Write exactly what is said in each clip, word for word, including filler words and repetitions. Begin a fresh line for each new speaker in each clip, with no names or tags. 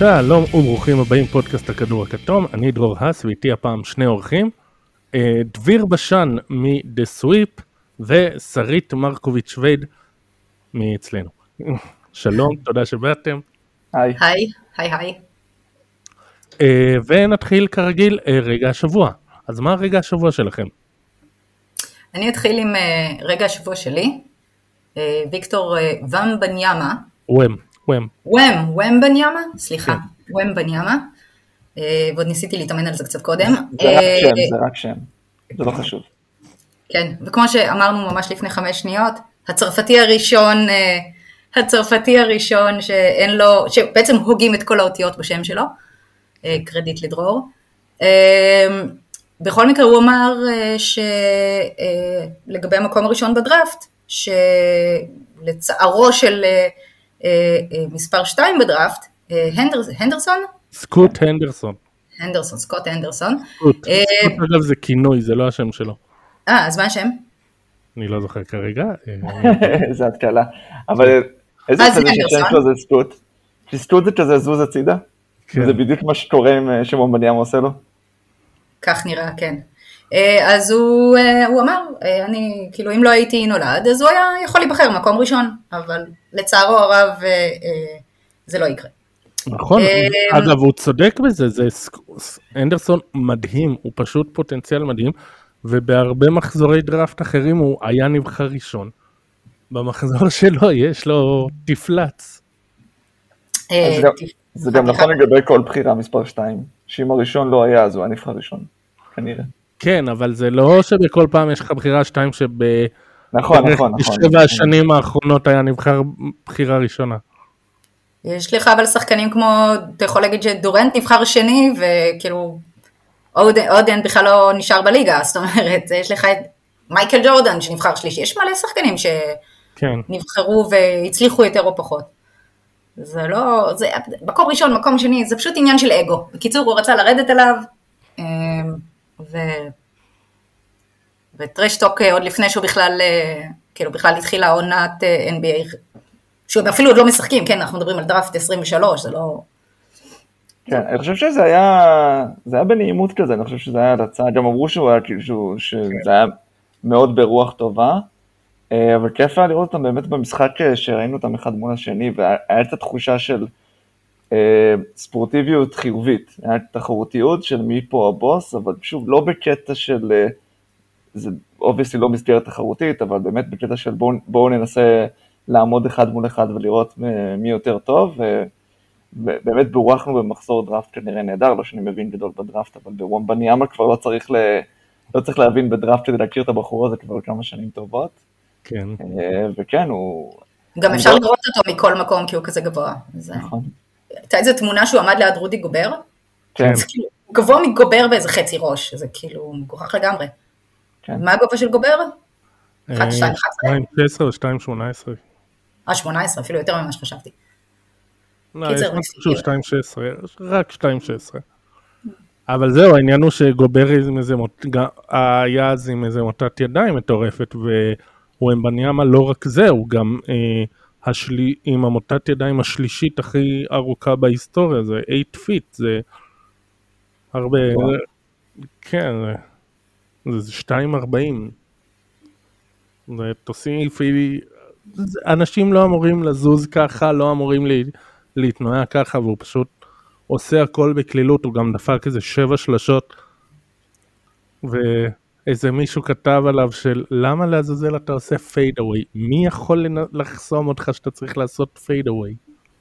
שלום וברוכים הבאים פודקאסט הכדור הכתום, אני דרור האס ואיתי הפעם שני אורחים, דביר בשן מדה סוויפ ושרית מרקוביץ' וייד מאצלנו. שלום, תודה שבאתם.
היי. היי, היי היי.
ונתחיל כרגיל רגע השבוע. אז מה רגע השבוע שלכם?
אני אתחיל עם רגע השבוע שלי, ויקטור ומבניאמה.
וואם. וואם.
וואם, וואם בניאמה, סליחה, וואם בניאמה, ועוד ניסיתי להתאמן על זה קצת קודם.
זה רק שם, זה רק שם, זה לא חשוב.
כן, וכמו שאמרנו ממש לפני חמש שניות, הצרפתי הראשון, הצרפתי הראשון שאין לו, שבעצם הוגים את כל האותיות בשם שלו, קרדיט לדרור. בכל מקרה הוא אמר שלגבי המקום הראשון בדראפט, שלצערו של מספר שתיים בדראפט, הנדרסון?
סקוט הנדרסון.
הנדרסון, סקוט הנדרסון.
סקוט, סקוט אגב זה כינוי, זה לא השם שלו.
אה, אז מה השם?
אני לא זוכר כרגע.
זה התקלה. אבל איזה כזה ששם שלו זה סקוט? שסקוט זה כזה זוז הצידה? זה בדיוק מה שקורה עם שמעון בניאמה עושה לו?
כך נראה, כן. אז הוא, הוא אמר, אני, כאילו, אם לא הייתי נולד, אז הוא היה יכול להיבחר מקום ראשון, אבל לצערו הרב זה לא יקרה.
נכון, אגב, הוא צודק בזה, זה אנדרסון מדהים, הוא פשוט פוטנציאל מדהים, ובהרבה מחזורי דראפט אחרים הוא היה נבחר ראשון. במחזור שלו יש לו תפלץ.
זה גם נכון לגבי כל בחירה מספר שתיים, שאם הראשון לא היה, אז הוא היה נבחר ראשון, כנראה.
כן, אבל זה לא שבכל פעם יש לך בחירה שתיים שב...
נכון, נכון, נכון.
בשבע השנים האחרונות היה נבחר בחירה ראשונה.
יש לך אבל שחקנים כמו, אתה יכול להגיד שדורנט נבחר שני, וכאילו, אודן בכלל לא נשאר בליגה, זאת אומרת, יש לך את מייקל ג'ורדן שנבחר שלישי, יש מלא שחקנים שנבחרו והצליחו יותר או פחות. זה לא, זה, מקום ראשון, מקום שני, זה פשוט עניין של אגו. בקיצור, הוא רצה לרדת אליו, ו... וטרשטוק עוד לפני שהוא בכלל, כאילו בכלל התחילה עונת אן בי איי, שהוא אפילו עוד לא משחקים, כן, אנחנו מדברים על דראפט עשרים ושלוש, זה לא...
כן, אני חושב שזה היה, זה היה בנעימות כזה, אני חושב שזה היה רצה, גם אמרו שהוא היה כאילו, שזה היה מאוד ברוח טובה, אבל כיף היה לראות אותם באמת במשחק שראינו אותם אחד מול השני, והיה את התחושה של ספורטיביות חיובית, היה את תחרותיות של מי פה הבוס, אבל שוב לא בקטע של, זה obviously לא מסגרת תחרותית, אבל באמת בקטע של בואו בוא ננסה לעמוד אחד מול אחד ולראות מי יותר טוב, ובאמת ברוחנו במחזור דראפט כנראה נהדר, לא שאני מבין גדול בדראפט, אבל בוואם בניאמה כבר לא צריך, ל... לא צריך להבין בדראפט כדי להכיר את הבחור הזה כבר כמה שנים טובות.
כן.
וכן, הוא...
גם אפשר לראות אותו מכל מקום, כי הוא כזה גבוה.
נכון.
הייתה איזו תמונה שהוא עמד ליד רודי גובר?
כן.
הוא גבוה מגובר באיזה חצי ראש, זה כאילו מגוחך לגמרי. מה הגובה של גובר? אחת שתיים אחת עשרה?
שתיים שש עשרה או שתיים שמונה עשרה.
אה, שמונה עשרה, אפילו יותר ממה שחשבתי.
לא, יש משהו שתיים שש עשרה, רק שתיים שש עשרה. אבל זהו, העניין הוא שגובר היה אז עם איזה מוטת ידיים מטורפת, ווואם בניאמה לא רק זה, הוא גם עם המוטת ידיים השלישית הכי ארוכה בהיסטוריה, זה שמונה פיט, זה הרבה, כן, זה שתיים ארבעים. זה תוסיף, אנשים לא אמורים לזוז ככה, לא אמורים להתנועע ככה, והוא פשוט עושה הכל בכלילות, הוא גם דפק איזה שבע שלשות, ואיזה מישהו כתב עליו של למה לעזאזל אתה עושה פייד אווי? מי יכול לחסום אותך שאתה צריך לעשות פייד אווי?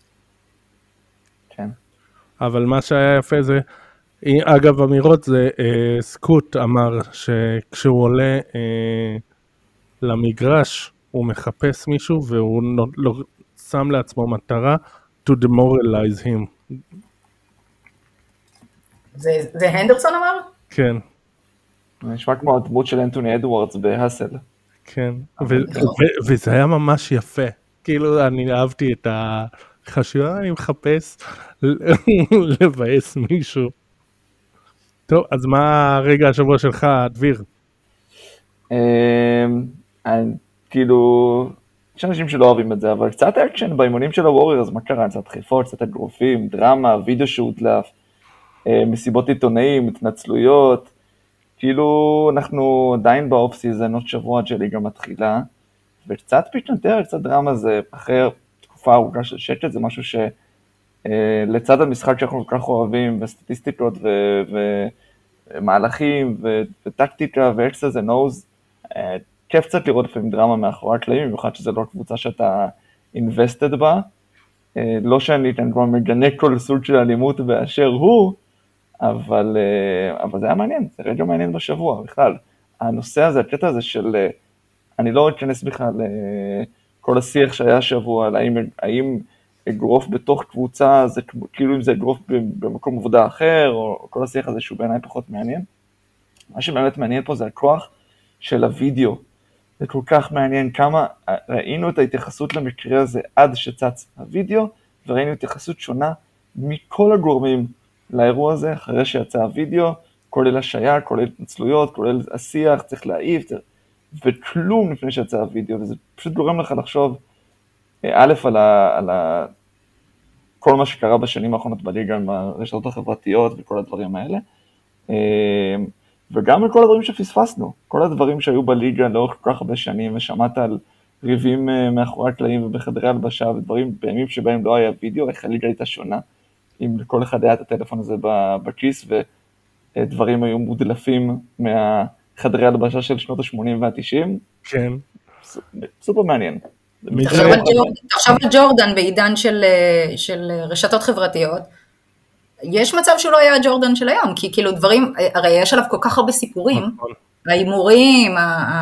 כן.
אבל מה שהיה יפה זה, אגב אמירות זה, אה, סקוט אמר שכשהוא עולה אה, למגרש, הוא מחפש מישהו והוא לא, שם לעצמו מטרה to demoralize him.
זה, זה הנדרסון אמר?
כן.
נשמע כמו הדמות של אנטוני אדוארדס בהאסל.
כן, וזה היה ממש יפה. כאילו אני אהבתי את החשיבה, אני מחפש לבאס מישהו. טוב, אז מה הרגע השבוע שלך, דביר?
כאילו, יש אנשים שלא אוהבים את זה, אבל קצת אקשן באימונים של הווריורס, מה קרה? קצת דחיפות, קצת אגרופים, דרמה, וידאו שהודלף, מסיבות עיתונאים, התנצלויות, כאילו אנחנו עדיין באוף סיזן, עוד שבוע עד שליגה מתחילה, וקצת פשנתר, קצת דרמה זה אחר תקופה ארוכה של שקט, זה משהו שלצד המשחק שאנחנו כל כך אוהבים, וסטטיסטיקות ומהלכים וטקטיקה ואקסס ונוז, כיף קצת לראות לפעמים דרמה מאחורי הקלעים, במיוחד שזה לא קבוצה שאתה invested בה, לא שאני כאן כבר מגנה כל סוג של אלימות באשר הוא, אבל, אבל זה היה מעניין, זה רגע מעניין בשבוע בכלל. הנושא הזה, הקטע הזה של, אני לא אכנס בכלל לכל השיח שהיה השבוע, על האם, האם אגרוף בתוך קבוצה, זה כאילו אם זה אגרוף במקום עבודה אחר, או כל השיח הזה שהוא בעיניי פחות מעניין. מה שבאמת מעניין פה זה הכוח של הוידאו. זה כל כך מעניין כמה, ראינו את ההתייחסות למקרה הזה עד שצץ הוידאו, וראינו התייחסות שונה מכל הגורמים לאירוע הזה, אחרי שיצא הוידאו, כולל השעיה, כולל התנצלויות, כולל השיח, צריך להעיף, וכלום לפני שיצא הוידאו, וזה פשוט גורם לך לחשוב, א', על, ה, על ה, כל מה שקרה בשנים האחרונות בליגה, עם הרשתות החברתיות וכל הדברים האלה, וגם על כל הדברים שפספסנו, כל הדברים שהיו בליגה לאורך כל כך הרבה שנים, ושמעת על ריבים מאחורי הקלעים ובחדרי הלבשה, ודברים בימים שבהם לא היה וידאו, איך הליגה הייתה שונה, אם לכל אחד היה את הטלפון הזה בכיס, ודברים היו מודלפים מהחדרי הלבשה של שנות ה-שמונים וה-תשעים.
כן.
סופר מעניין.
עכשיו על ג'ורדן בעידן של רשתות חברתיות, יש מצב שהוא לא היה הג'ורדן של היום, כי כאילו דברים, הרי יש עליו כל כך הרבה סיפורים, האימורים,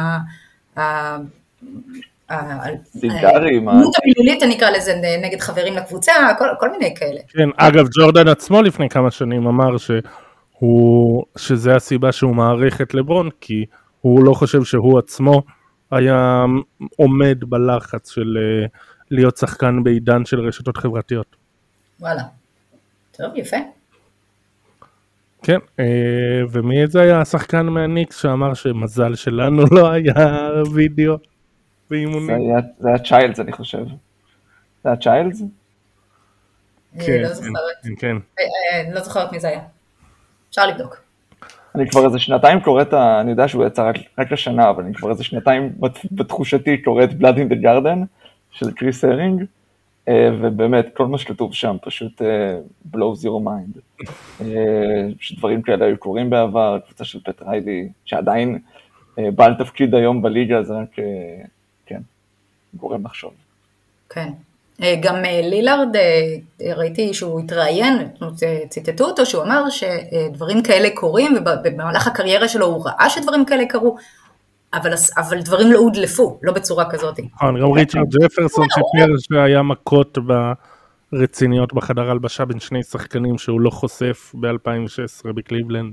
סיגרים,
הדמות המילולית אני אקרא לזה נגד חברים לקבוצה, כל מיני כאלה.
כן, אגב ג'ורדן עצמו לפני כמה שנים אמר שהוא, שזה הסיבה שהוא מעריך את לברון, כי הוא לא חושב שהוא עצמו היה עומד בלחץ של להיות שחקן בעידן של רשתות חברתיות.
וואלה. טוב, יפה.
כן, ומי זה היה השחקן מהניקס שאמר שמזל שלנו לא היה וידאו באימונים?
זה היה צ'יילדס, אני חושב. זה היה צ'יילדס?
כן, לא זוכרת.
כן.
לא זוכרת מי זה היה. אפשר לבדוק.
אני כבר איזה שנתיים קורא את ה... אני יודע שהוא יצא רק לשנה, אבל אני כבר איזה שנתיים בתחושתי קורא את Blood in the Garden של קריס הרינג, ובאמת, כל מה שכתוב שם פשוט blows your mind. שדברים כאלה היו קוראים בעבר, קבוצה של פט ריילי, שעדיין בעל תפקיד היום בליגה, זה רק, כן, גורם לחשוב.
כן. גם לילארד, ראיתי שהוא התראיין, ציטטו אותו, שהוא אמר שדברים כאלה קורים, ובמהלך הקריירה שלו הוא ראה שדברים כאלה קרו, אבל, אבל דברים לא הודלפו, לא בצורה כזאת.
נכון, גם ריצ'רד ג'פרסון שפר שהיה מכות ברציניות בחדר הלבשה בין שני שחקנים שהוא לא חושף ב-אלפיים ושש עשרה בקליבלנד.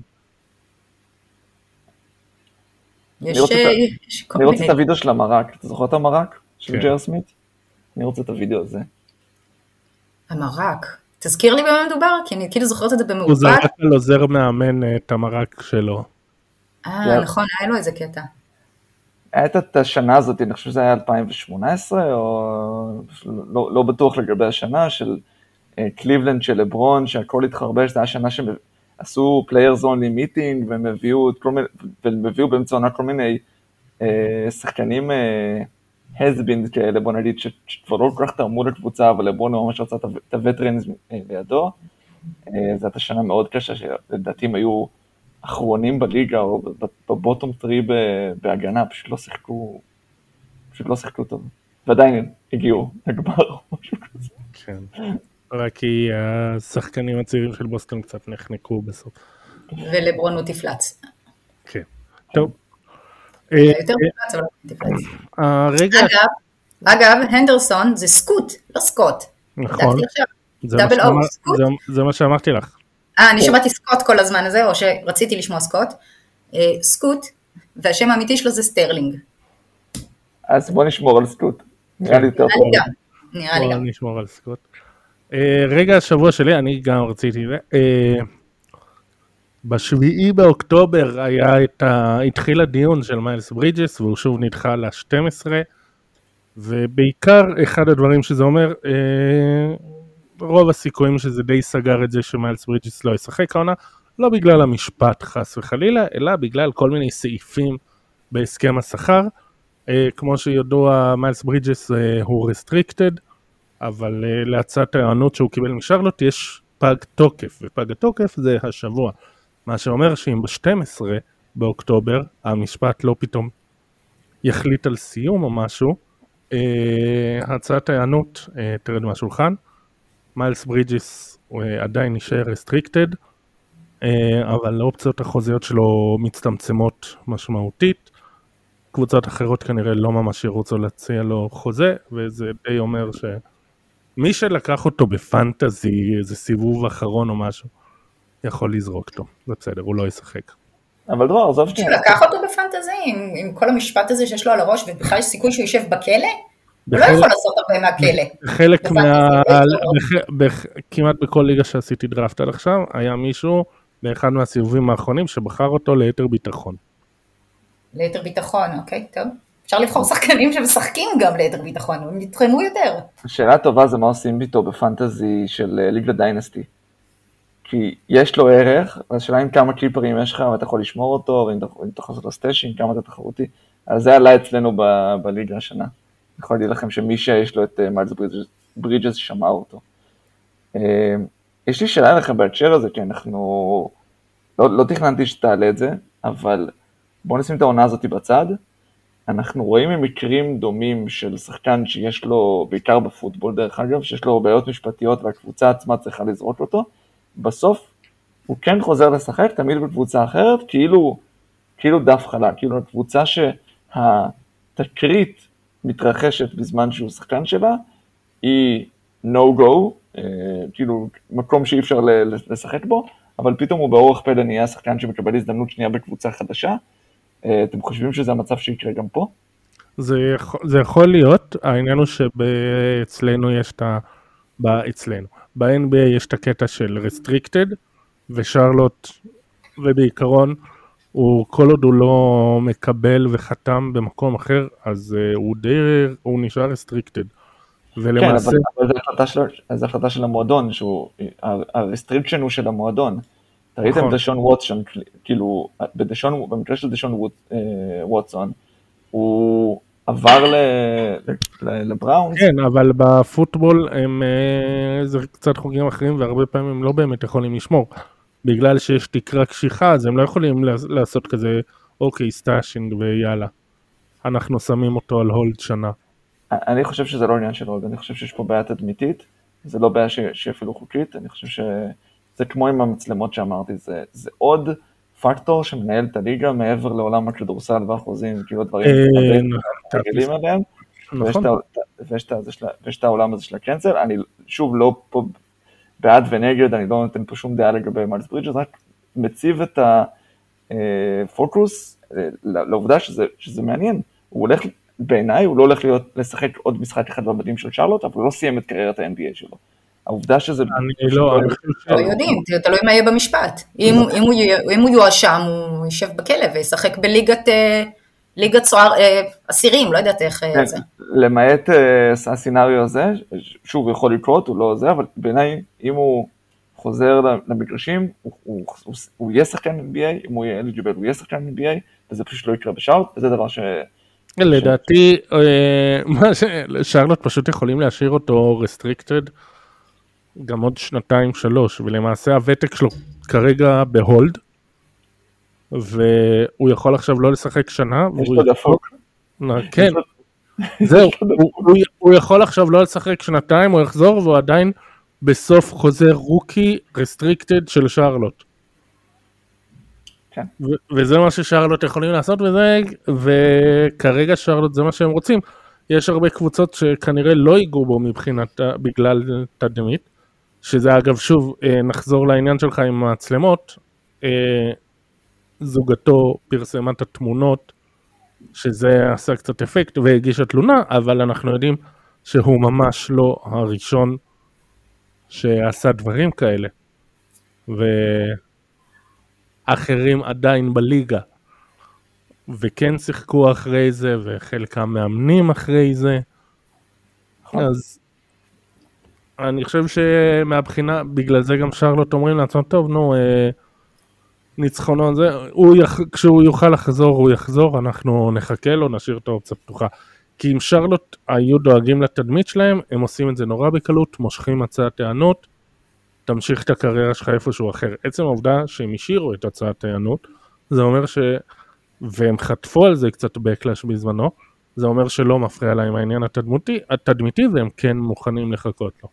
אני רוצה את הוידאו של המרק, אתה זוכר את המרק של ג'ר סמית? אני רוצה את הוידאו הזה.
המרק, תזכיר לי במה מדובר, כי אני כאילו זוכרת את זה במעובד.
הוא זרק על עוזר מאמן את המרק שלו.
אה, נכון, היה לו איזה קטע.
היה את השנה הזאת, אני חושב שזה היה אלפיים שמונה עשרה, או לא, לא בטוח לגבי השנה, של קליבלנד של לברון, שהכל התחרבש, זה היה שנה שעשו players only meeting, והם הביאו, והם הביאו באמצע עונה כל מיני אה, שחקנים אה, has-been כאלה, בוא נגיד, שכבר לא כל כך תרמו לקבוצה, אבל לברון הוא ממש רצה את הווטרנס לידו. אה, זו הייתה שנה מאוד קשה, שלדעתים היו אחרונים בליגה, או בבוטום טרי בהגנה, פשוט לא שיחקו, פשוט לא שיחקו טוב. ועדיין הגיעו לגמר או משהו כזה.
כן. רק כי השחקנים הצעירים של בוסטון קצת נחנקו בסוף.
ולברון הוא תפלץ.
כן. טוב.
יותר תפלץ, אבל לא תפלץ.
הרגע...
אגב, אגב, הנדרסון זה סקוט, לא סקוט.
נכון.
דאבל או, סקוט.
זה מה שאמרתי לך.
אה, אני שמעתי סקוט כל הזמן הזה, או שרציתי לשמוע סקוט. סקוט, והשם האמיתי שלו זה סטרלינג.
אז בוא נשמור על סקוט. נראה לי יותר טוב.
נראה לי גם.
בוא נשמור על סקוט. רגע, השבוע שלי, אני גם רציתי זה. בשביעי באוקטובר היה את ה... התחיל הדיון של מיילס ברידג'ס, והוא שוב נדחה ל-שתים עשרה, ובעיקר אחד הדברים שזה אומר, רוב הסיכויים שזה די סגר את זה שמיילס ברידג'ס לא ישחק העונה, לא בגלל המשפט חס וחלילה, אלא בגלל כל מיני סעיפים בהסכם השכר, כמו שידוע מיילס ברידג'ס הוא רסטריקטד, אבל להצעת הענות שהוא קיבל משרלוט יש פג תוקף, ופג התוקף זה השבוע, מה שאומר שאם ב-שתים עשרה באוקטובר המשפט לא פתאום יחליט על סיום או משהו, הצעת הענות תרד מהשולחן, מיילס ברידג'ס עדיין נשאר רסטריקטד, אבל האופציות החוזיות שלו מצטמצמות משמעותית, קבוצות אחרות כנראה לא ממש ירוצו להציע לו חוזה, וזה די אומר שמי שלקח אותו בפנטזי, איזה סיבוב אחרון או משהו, יכול לזרוק אותו, זה בסדר, הוא לא ישחק.
אבל דרור, עזוב שנייה.
לקח אותו בפנטזי, עם, עם כל המשפט הזה שיש לו על הראש, ובכלל יש סיכוי שהוא יושב בכלא? הוא לא יכול לעשות הרבה מהכלא.
בחלק מה... כמעט בכל ליגה שעשיתי דראפט עד עכשיו, היה מישהו באחד מהסיבובים האחרונים שבחר אותו ליתר ביטחון.
ליתר ביטחון, אוקיי, טוב. אפשר לבחור שחקנים שמשחקים גם ליתר ביטחון, הם יתרמו יותר.
השאלה טובה זה מה עושים איתו בפנטזי של ליגה דיינסטי. כי יש לו ערך, השאלה אם כמה קליפרים יש לך, ואתה יכול לשמור אותו, ואם אתה יכול לעשות לו סטאשים, כמה אתה תחרותי. אז זה עלה אצלנו ב- בליגה השנה. אני יכול להגיד לכם שמי שיש לו את מיילס ברידג'ס שמע אותו. יש לי שאלה לכם בהקשר הזה, כי אנחנו... לא, לא תכננתי שתעלה את זה, אבל בואו נשים את העונה הזאת בצד. אנחנו רואים ממקרים דומים של שחקן שיש לו, בעיקר בפוטבול דרך אגב, שיש לו בעיות משפטיות והקבוצה עצמה צריכה לזרוק אותו, בסוף הוא כן חוזר לשחק תמיד בקבוצה אחרת, כאילו, כאילו דף חלק, כאילו הקבוצה שהתקרית מתרחשת בזמן שהוא שחקן שלה, היא no go, כאילו מקום שאי אפשר לשחק בו, אבל פתאום הוא באורח פלא נהיה שחקן שמקבל הזדמנות שנייה בקבוצה חדשה. אתם חושבים שזה המצב שיקרה גם פה?
זה יכול, זה יכול להיות, העניין הוא שאצלנו יש את ה... אצלנו. ב-אן בי איי יש את הקטע של restricted, ושרלוט, ובעיקרון, הוא, כל עוד הוא לא מקבל וחתם במקום אחר, אז uh, הוא די, הוא נשאר restricted. ולמעשה...
כן, אבל, אבל זה החלטה של, זה החלטה של המועדון, שהוא, ה-restriction הוא של המועדון. ראיתם דשון ווטסון, כאילו, בדשון, במקרה של דשון ווטסון, הוא עבר לבראונס.
כן, אבל בפוטבול הם, זה קצת חוגים אחרים, והרבה פעמים הם לא באמת יכולים לשמור. בגלל שיש תקרה קשיחה, אז הם לא יכולים לעשות כזה, אוקיי, סטאשינג ויאללה. אנחנו שמים אותו על הולד שנה.
אני חושב שזה לא עניין של הולד, אני חושב שיש פה בעיה תדמיתית, זה לא בעיה שאפילו חוקית, אני חושב ש... זה כמו עם המצלמות שאמרתי, זה, זה עוד פקטור שמנהל את הליגה מעבר לעולם הכדורסל והחוזים, כאילו דברים רגילים עליהם, ויש את העולם הזה של הקנצל. אני שוב לא פה בעד ונגד, אני לא נותן פה שום דעה לגבי מיילס ברידג'ס, רק מציב את הפוקוס לעובדה שזה, שזה מעניין. הוא הולך, בעיניי, הוא לא הולך להיות, לשחק עוד משחק אחד בבדים של שרלוט, אבל הוא לא סיים את קריירת ה-אן בי איי שלו. העובדה שזה...
אני לא...
לא יודעים, תלוי מה יהיה במשפט. אם הוא יואשם, הוא יישב בכלא וישחק בליגת צוער, אסירים, לא יודעת איך זה.
למעט הסצנריו הזה, שוב, הוא יכול לקרות, הוא לא זה, אבל בעיניי, אם הוא חוזר למגרשים, הוא יהיה שחקן אן בי איי, אם הוא יהיה אליג'יבל, הוא יהיה שחקן אן בי איי, וזה פשוט לא יקרה בשארלוט, וזה דבר ש...
לדעתי, שרלוט פשוט יכולים להשאיר אותו restricted, גם עוד שנתיים שלוש, ולמעשה הוותק שלו כרגע בהולד, והוא יכול עכשיו לא לשחק שנה.
יש לו דפוק.
כן, זהו, הוא יכול עכשיו לא לשחק שנתיים, הוא יחזור, והוא עדיין בסוף חוזר רוקי רסטריקטד של שרלוט. וזה מה ששרלוט יכולים לעשות, וכרגע שרלוט זה מה שהם רוצים. יש הרבה קבוצות שכנראה לא ייגעו בו מבחינת, בגלל תדמית, שזה אגב שוב, נחזור לעניין שלך עם המצלמות, זוגתו פרסמה את התמונות, שזה עשה קצת אפקט והגישה תלונה, אבל אנחנו יודעים שהוא ממש לא הראשון שעשה דברים כאלה, ואחרים עדיין בליגה, וכן שיחקו אחרי זה, וחלקם מאמנים אחרי זה, אז אני חושב שמהבחינה, בגלל זה גם שרלוט אומרים לעצמם, טוב, נו, ניצחונות זה, כשהוא יוכל לחזור, הוא יחזור, אנחנו נחכה לו, נשאיר את האופציה פתוחה. כי אם שרלוט היו דואגים לתדמית שלהם, הם עושים את זה נורא בקלות, מושכים הצעת טענות, תמשיך את הקריירה שלך איפשהו אחר. עצם העובדה שהם השאירו את הצעת טענות, זה אומר ש... והם חטפו על זה קצת בקלאש בזמנו, זה אומר שלא מפריע להם העניין התדמיתי, התדמיתי, והם כן מוכנים לחכות לו.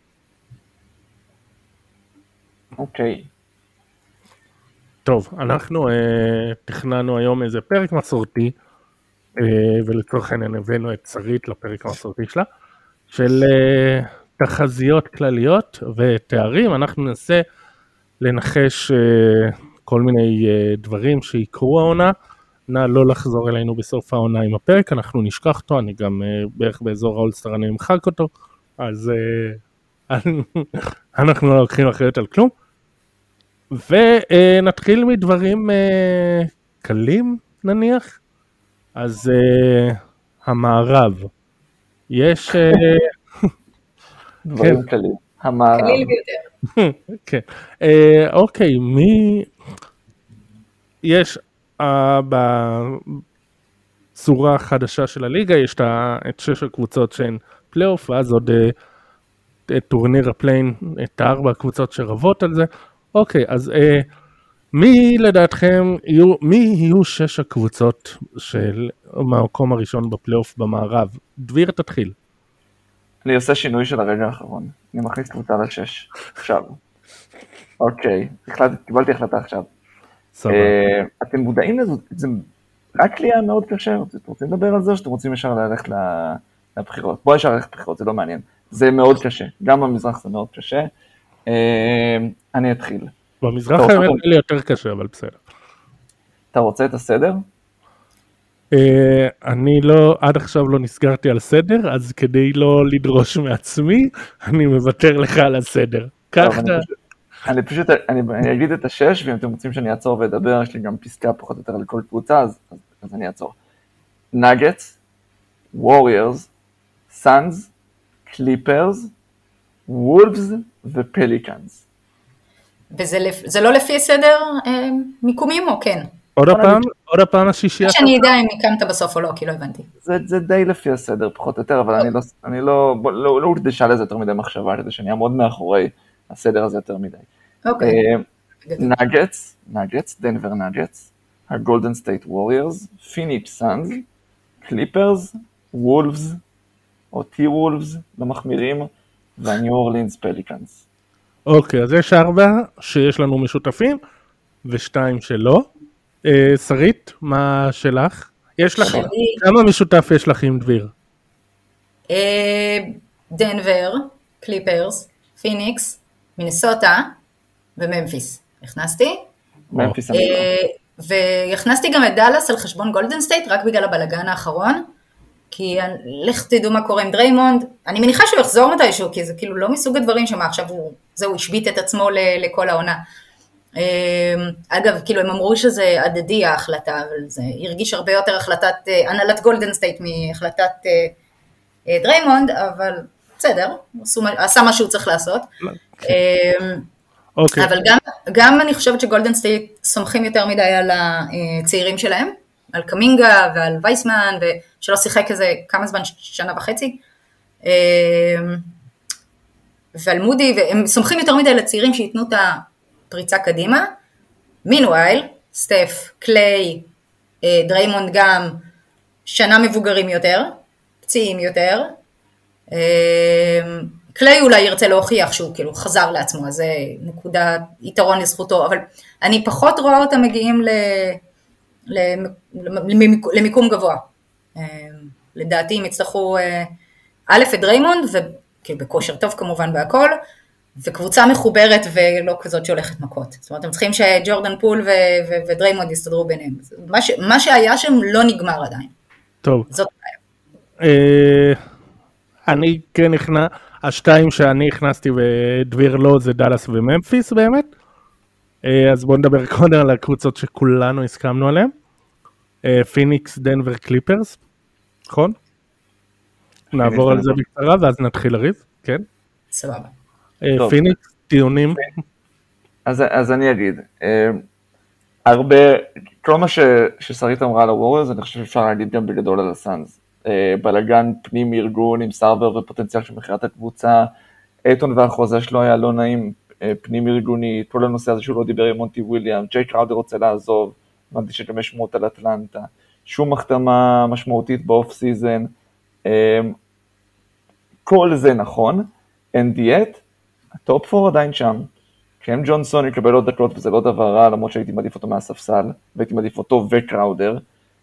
אוקיי. Okay.
טוב, אנחנו אה, תכננו היום איזה פרק מסורתי, אה, ולצורך העניין הבאנו את שרית לפרק המסורתי שלה, של אה, תחזיות כלליות ותארים. אנחנו ננסה לנחש אה, כל מיני אה, דברים שיקרו העונה, נא לא לחזור אלינו בסוף העונה עם הפרק, אנחנו נשכח אותו, אני גם אה, בערך באזור האולסטר אני אמחק אותו, אז אה, אנחנו לא לוקחים אחריות על כלום. ונתחיל מדברים uh, קלים נניח, אז uh, המערב, יש... Uh,
דברים כן. קלים, המערב.
קליל ביותר.
כן, uh, אוקיי, מי... יש uh, בצורה החדשה של הליגה, יש את שש הקבוצות שהן פלייאוף, ואז עוד uh, את טורניר הפליין, את הארבע הקבוצות שרבות על זה, אוקיי, אז אה, מי לדעתכם, יהיו, מי יהיו שש הקבוצות של המקום הראשון בפלייאוף במערב? דביר תתחיל.
אני עושה שינוי של הרגע האחרון, אני מכניס קבוצה לשש, עכשיו. אוקיי, קיבלתי החלטה עכשיו.
סבבה.
אה, אתם מודעים לזה, זה רק לי היה מאוד קשה, אתם רוצים לדבר על זה או שאתם רוצים ישר ללכת לבחירות? בואו ישר ללכת לבחירות, זה לא מעניין. זה מאוד קשה, גם במזרח זה מאוד קשה. אני אתחיל.
במזרח האמת לי יותר קשה, אבל בסדר.
אתה רוצה את הסדר?
אני לא, עד עכשיו לא נסגרתי על סדר, אז כדי לא לדרוש מעצמי, אני מוותר לך על הסדר. כך אתה...
אני פשוט, אני אגיד את השש, ואם אתם רוצים שאני אעצור ואדבר, יש לי גם פסקה פחות או יותר לכל קבוצה, אז אני אעצור. נאגטס, ווריורס, סאנס, קליפרס, וולפס ופליקאנס.
וזה לא לפי סדר אה, מיקומים או כן?
עוד הפעם, עוד הפעם השישייה.
שאני אדע אם הקמת בסוף או לא, כי לא הבנתי.
זה, זה די לפי הסדר, פחות או יותר, אבל אני לא, אני לא, לא, לא הוקדשה לזה יותר מדי מחשבה, כדי שאני אעמוד מאחורי הסדר הזה יותר מדי.
אוקיי.
נאגטס, נאגטס, דנבר נאגטס, הגולדן סטייט ווריורס, פיניקס סאנס, קליפרס, וולפס, או טי וולפס, למחמירים, והניו אורלינס פליקאנס.
אוקיי, אז יש ארבע שיש לנו משותפים, ושתיים שלא. אה, שרית, מה שלך? יש לך, כמה משותף יש לך עם דביר?
אה, דנבר, קליפרס, פיניקס, מינסוטה וממפיס. הכנסתי?
ממפיס
אה, והכנסתי גם את דלס על חשבון גולדן סטייט, רק בגלל הבלגן האחרון. כי לך תדעו מה קורה עם דריימונד, אני מניחה שהוא יחזור מתישהו, כי זה כאילו לא מסוג הדברים שמה עכשיו הוא, זהו, השביט את עצמו לכל העונה. אגב, כאילו הם אמרו שזה עדדי ההחלטה, אבל זה הרגיש הרבה יותר החלטת, הנהלת גולדן סטייט מהחלטת דריימונד, אבל בסדר, עשה מה שהוא צריך לעשות. אבל גם, גם אני חושבת שגולדן סטייט סומכים יותר מדי על הצעירים שלהם, על קמינגה ועל וייסמן, ושלא שיחק איזה כמה זמן, שנה וחצי, ועל מודי, והם סומכים יותר מדי לצעירים שיתנו את הפריצה קדימה. מינווייל, סטף, קליי, דריימונד גם, שנה מבוגרים יותר, פציעים יותר, קליי אולי ירצה להוכיח שהוא כאילו חזר לעצמו, אז זה נקודה יתרון לזכותו, אבל אני פחות רואה אותם מגיעים ל... למיקום גבוה. לדעתי הם יצטרכו א' את דריימונד, ובכושר טוב כמובן בהכל, וקבוצה מחוברת ולא כזאת שהולכת מכות. זאת אומרת, הם צריכים שג'ורדן פול ודריימונד יסתדרו ביניהם. מה שהיה שם לא נגמר עדיין.
טוב.
זאת בעיה.
אני כן נכנע, השתיים שאני הכנסתי ודביר לא זה דלס וממפיס באמת. אז בואו נדבר קודם על הקבוצות שכולנו הסכמנו עליהן. פיניקס, דנבר, קליפרס, נכון? נעבור על זה בקצרה, ואז נתחיל לריב, כן?
סבבה.
פיניקס, טיעונים?
אז אני אגיד, הרבה, כל מה ששרית אמרה על הווריורס, אני חושב שאפשר להגיד גם בגדול על הסאנס. בלגן פנים ארגון עם סרבר ופוטנציאל של מכירת הקבוצה, אייטון והחוזה שלו היה לא נעים פנים ארגוני, כל הנושא הזה שהוא לא דיבר עם מונטי וויליאם, ג'יי קראודר רוצה לעזוב, הבנתי שגם יש שמועות על אטלנטה, שום החתמה משמעותית באוף סיזן, כל זה נכון, and yet, הטופ פור עדיין שם, קם ג'ונסון יקבל עוד דקות וזה לא דבר רע, למרות שהייתי מעדיף אותו מהספסל, והייתי מעדיף אותו וקראודר,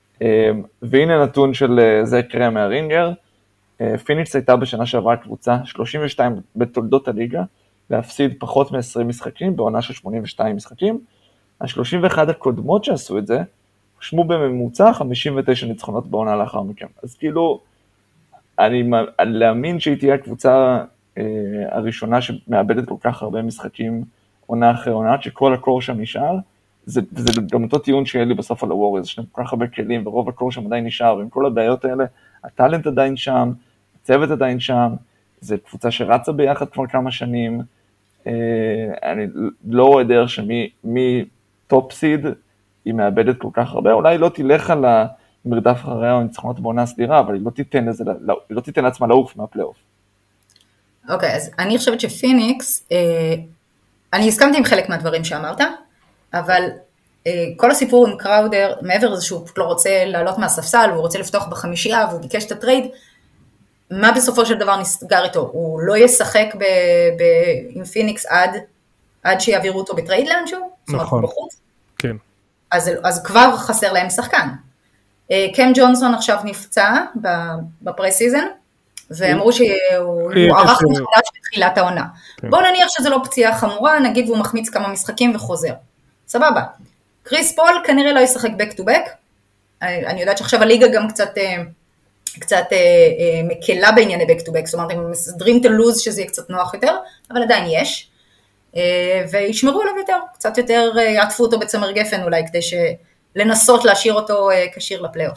והנה נתון של זה קרה מהרינגר, פיניקס הייתה בשנה שעברה קבוצה שלושים ושתיים בתולדות הליגה, להפסיד פחות מ-עשרים משחקים, בעונה של שמונים ושתיים משחקים, ה-שלושים ואחת הקודמות שעשו את זה, שמו בממוצע חמישים ותשע ניצחונות בעונה לאחר מכן. אז כאילו, אני להאמין שהיא תהיה הקבוצה אה, הראשונה שמאבדת כל כך הרבה משחקים עונה אחרי עונה, שכל הקור שם נשאר, זה, זה גם אותו טיעון שיהיה לי בסוף על הווריורס, יש להם כל כך הרבה כלים, ורוב הקור שם עדיין נשאר, ועם כל הבעיות האלה, הטלנט עדיין שם, הצוות עדיין שם, זו קבוצה שרצה ביחד כבר כמה שנים, אה, אני לא רואה דרך שמי טופ סיד, היא מאבדת כל כך הרבה, אולי לא תלך על המרדף אחריה או ניצחונות בעונה סדירה, אבל היא לא תיתן לזה, היא לא תיתן לעצמה לעוף מהפלייאוף.
אוקיי, אז אני חושבת שפיניקס, אה, אני הסכמתי עם חלק מהדברים שאמרת, אבל אה, כל הסיפור עם קראודר, מעבר לזה שהוא לא רוצה לעלות מהספסל, והוא רוצה לפתוח בחמישייה, והוא ביקש את הטרייד, מה בסופו של דבר נסגר איתו? הוא לא ישחק ב, ב, עם פיניקס עד, עד שיעבירו אותו בטרייד לאנשהו?
נכון, כן.
אז, אז כבר חסר להם שחקן. קם ג'ונסון עכשיו נפצע בפרי-סיזן, ואמרו שהוא ערך מחדש בתחילת העונה. בואו נניח שזה לא פציעה חמורה, נגיד והוא מחמיץ כמה משחקים וחוזר. סבבה. קריס פול כנראה לא ישחק back to back, אני יודעת שעכשיו הליגה גם קצת, קצת מקלה בענייני back to back, זאת אומרת, הם מסדרים את הלוז שזה יהיה קצת נוח יותר, אבל עדיין יש. וישמרו עליו יותר, קצת יותר יעטפו אותו בצמר גפן אולי, כדי לנסות להשאיר אותו כשיר לפלייאוף.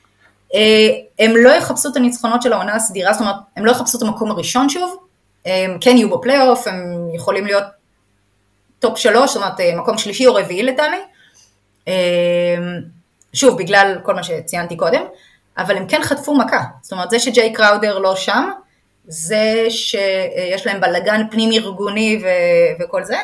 הם לא יחפשו את הניצחונות של העונה הסדירה, זאת אומרת, הם לא יחפשו את המקום הראשון שוב, הם כן יהיו בפלייאוף, הם יכולים להיות טופ שלוש, זאת אומרת, מקום שלישי או רביעי לטעמי, שוב, בגלל כל מה שציינתי קודם, אבל הם כן חטפו מכה, זאת אומרת, זה שג'יי קראודר לא שם, זה שיש להם בלגן פנים ארגוני ו- וכל זה,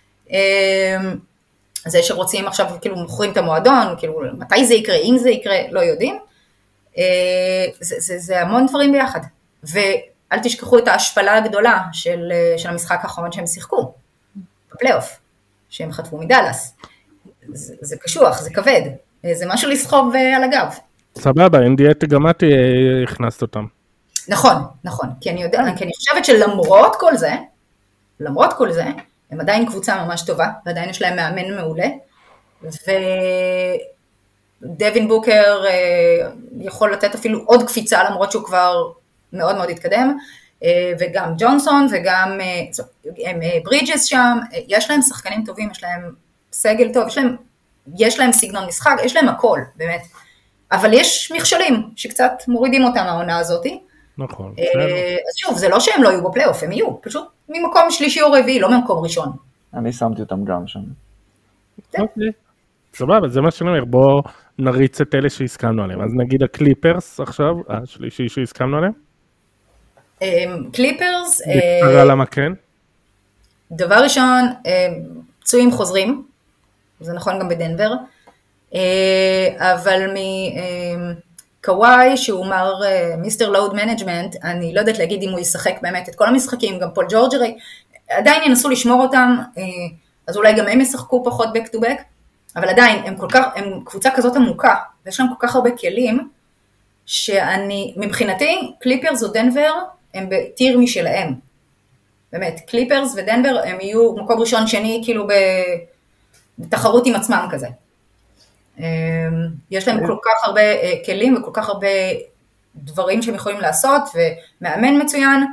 זה שרוצים עכשיו, כאילו מוכרים את המועדון, כאילו מתי זה יקרה, אם זה יקרה, לא יודעים, זה, זה, זה המון דברים ביחד, ואל תשכחו את ההשפלה הגדולה של, של המשחק האחרון שהם שיחקו, בפלייאוף, שהם חטפו מדלס, זה, זה קשוח, זה כבד, זה משהו לסחוב על הגב.
סבבה, אם דיאט גם את הכנסת אותם.
נכון, נכון, כי אני יודע, כי אני חושבת שלמרות כל זה, למרות כל זה, הם עדיין קבוצה ממש טובה, ועדיין יש להם מאמן מעולה, ודווין בוקר יכול לתת אפילו עוד קפיצה, למרות שהוא כבר מאוד מאוד התקדם, וגם ג'ונסון, וגם ברידג'ס שם, יש להם שחקנים טובים, יש להם סגל טוב, יש להם, יש להם סגנון משחק, יש להם הכל, באמת, אבל יש מכשולים שקצת מורידים אותם מהעונה הזאת,
נכון.
אז שוב, זה לא שהם לא יהיו בפלייאוף, הם יהיו, פשוט ממקום שלישי או רביעי, לא ממקום ראשון.
אני שמתי אותם גם שם.
אוקיי. סבבה, זה מה שאני אומר, בואו נריץ את אלה שהסכמנו עליהם. אז נגיד הקליפרס עכשיו, השלישי שהסכמנו עליהם?
קליפרס...
בקצרה למה כן?
דבר ראשון, פצועים חוזרים, זה נכון גם בדנבר, אבל מ... קוואי, שהוא מר מיסטר לואוד מנג'מנט, אני לא יודעת להגיד אם הוא ישחק באמת את כל המשחקים, גם פול ג'ורג' הרי, עדיין ינסו לשמור אותם, אז אולי גם הם ישחקו פחות back to back, אבל עדיין, הם כל כך, הם קבוצה כזאת עמוקה, ויש להם כל כך הרבה כלים, שאני, מבחינתי, קליפרס או דנבר, הם בטיר משלהם. באמת, קליפרס ודנבר, הם יהיו מקום ראשון שני, כאילו בתחרות עם עצמם כזה. יש להם כל כך הרבה כלים וכל כך הרבה דברים שהם יכולים לעשות, ומאמן מצוין,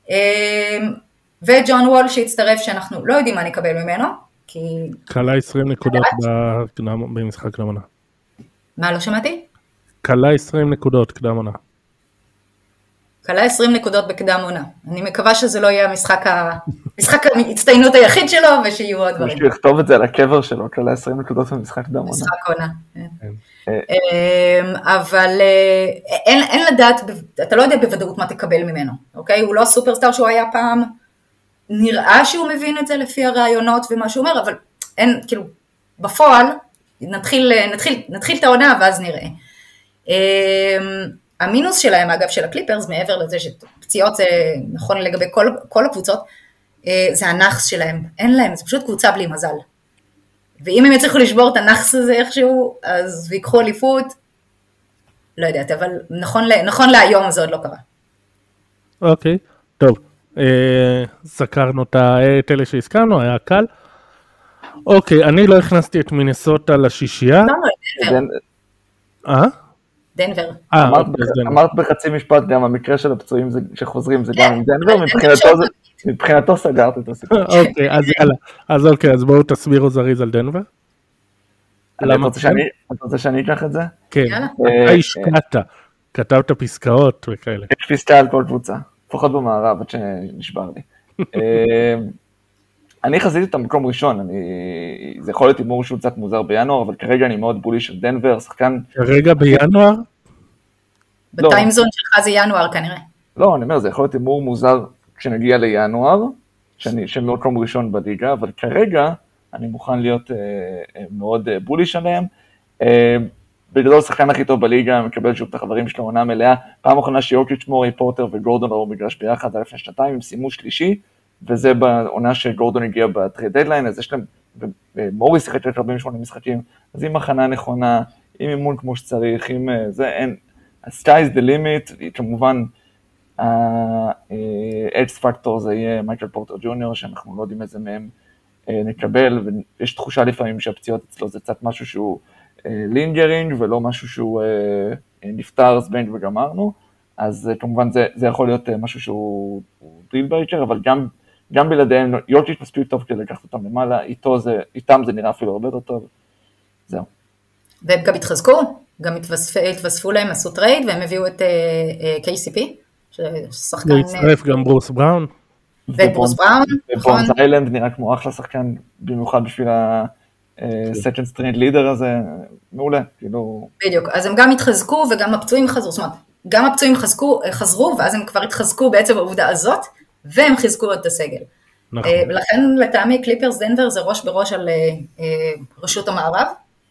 וג'ון וול שהצטרף שאנחנו לא יודעים מה נקבל ממנו, כי...
קלה עשרים נקודות במשחק קדם עונה.
מה, לא שמעתי?
קלה עשרים נקודות קדם עונה.
קלה עשרים נקודות בקדם עונה. אני מקווה שזה לא יהיה המשחק ההצטיינות היחיד שלו, ושיהיו עוד דברים.
מישהו יכתוב את זה על הקבר שלו, קלה עשרים נקודות במשחק קדם עונה.
משחק עונה, אבל אין לדעת, אתה לא יודע בוודאות מה תקבל ממנו, אוקיי? הוא לא סופרסטאר שהוא היה פעם, נראה שהוא מבין את זה לפי הרעיונות ומה שהוא אומר, אבל אין, כאילו, בפועל, נתחיל, נתחיל, נתחיל את העונה ואז נראה. המינוס שלהם, אגב, של הקליפרס, מעבר לזה שפציעות זה נכון לגבי כל, כל הקבוצות, זה הנחס שלהם. אין להם, זה פשוט קבוצה בלי מזל. ואם הם יצליחו לשבור את הנחס הזה איכשהו, אז ויקחו אליפות, לא יודעת, אבל נכון, נכון להיום זה עוד לא קרה.
אוקיי, טוב. סקרנו את אלה שהזכרנו, היה קל. אוקיי, אני לא הכנסתי את מינסוטה לשישייה. אה?
דנבר.
אמרת בחצי משפט, גם המקרה של הפצועים שחוזרים זה גם עם דנבר, מבחינתו סגרת את הסיפור.
אוקיי, אז יאללה. אז אוקיי, אז בואו תסבירו זריז על דנבר.
אתה רוצה שאני אקח את זה?
כן. אתה השקעת, כתבת פסקאות וכאלה.
יש פסקה על כל קבוצה, לפחות במערב, עד שנשבר לי. אני חזיתי את המקום ראשון, אני... זה יכול להיות אימור שהוא קצת מוזר בינואר, אבל כרגע אני מאוד בולי של דנבר, שחקן...
כרגע בינואר?
בטיימזון שלך זה ינואר כנראה.
לא, אני אומר, זה יכול להיות אימור מוזר כשנגיע לינואר, שאני מקום ראשון בליגה, אבל כרגע אני מוכן להיות אה, מאוד אה, בולי שלהם. אה, בגדול, שחקן הכי טוב בליגה, מקבל שוב את החברים של העונה מלאה, פעם אחרונה שיורקיץ' מורי פורטר וגורדון ראו מגרש ביחד, על לפני שנתיים, עם סימוש שלישי, וזה בעונה שגורדון הגיע בטרייד דדליין, אז יש להם, מורי שיחק של ארבעים ושמונה משחקים, אז עם הכנה נכונה, עם אימון כמו שצריך, עם זה, אין, sky is the limit, כמובן, ה-X Factor זה יהיה מייקל פורטר ג'וניור, שאנחנו לא יודעים איזה מהם נקבל, ויש תחושה לפעמים שהפציעות אצלו זה קצת משהו שהוא לינגרינג, ולא משהו שהוא נפטר, זבנג וגמרנו, אז כמובן זה, זה יכול להיות משהו שהוא דיל בריקר, אבל גם, גם בלעדיהם, יורקיץ' מספיק טוב כדי לקחת אותם למעלה, איתו זה, איתם זה נראה אפילו הרבה יותר טוב, זהו.
והם גם התחזקו, גם התווספו, התווספו להם, עשו טרייד, והם הביאו את קיי סי פי, ששחקן...
והצטרף גם ברוס בראון.
וברוס בראון, נכון.
ובונס איילנד נראה כמו אחלה שחקן, במיוחד בשביל ה-second string leader הזה, מעולה, כאילו...
בדיוק, אז הם גם התחזקו וגם הפצועים חזרו, זאת אומרת, גם הפצועים חזקו, חזרו, ואז הם כבר התחזקו בעצם בעובדה הזאת, והם חיזקו את הסגל. נכון. ולכן לטעמי קליפרס דנבר זה ראש בראש על רשות המערב,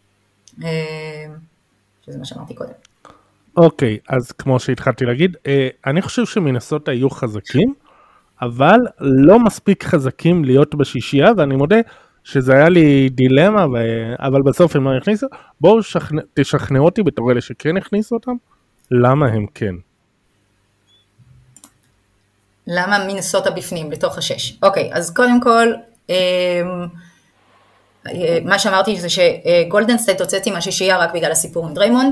שזה מה שאמרתי קודם.
אוקיי, אז כמו שהתחלתי להגיד, אני חושב שמינסוטה יהיו חזקים, אבל לא מספיק חזקים להיות בשישייה, ואני מודה שזה היה לי דילמה, אבל בסוף הם לא הכניסו, בואו תשכנעו אותי בתור אלה שכן הכניסו אותם, למה הם כן?
למה מינסוטה בפנים, בתוך השש? אוקיי, אז קודם כל, מה שאמרתי זה שגולדן סטייט הוצאתי מהשישייה רק בגלל הסיפור עם דריימונד,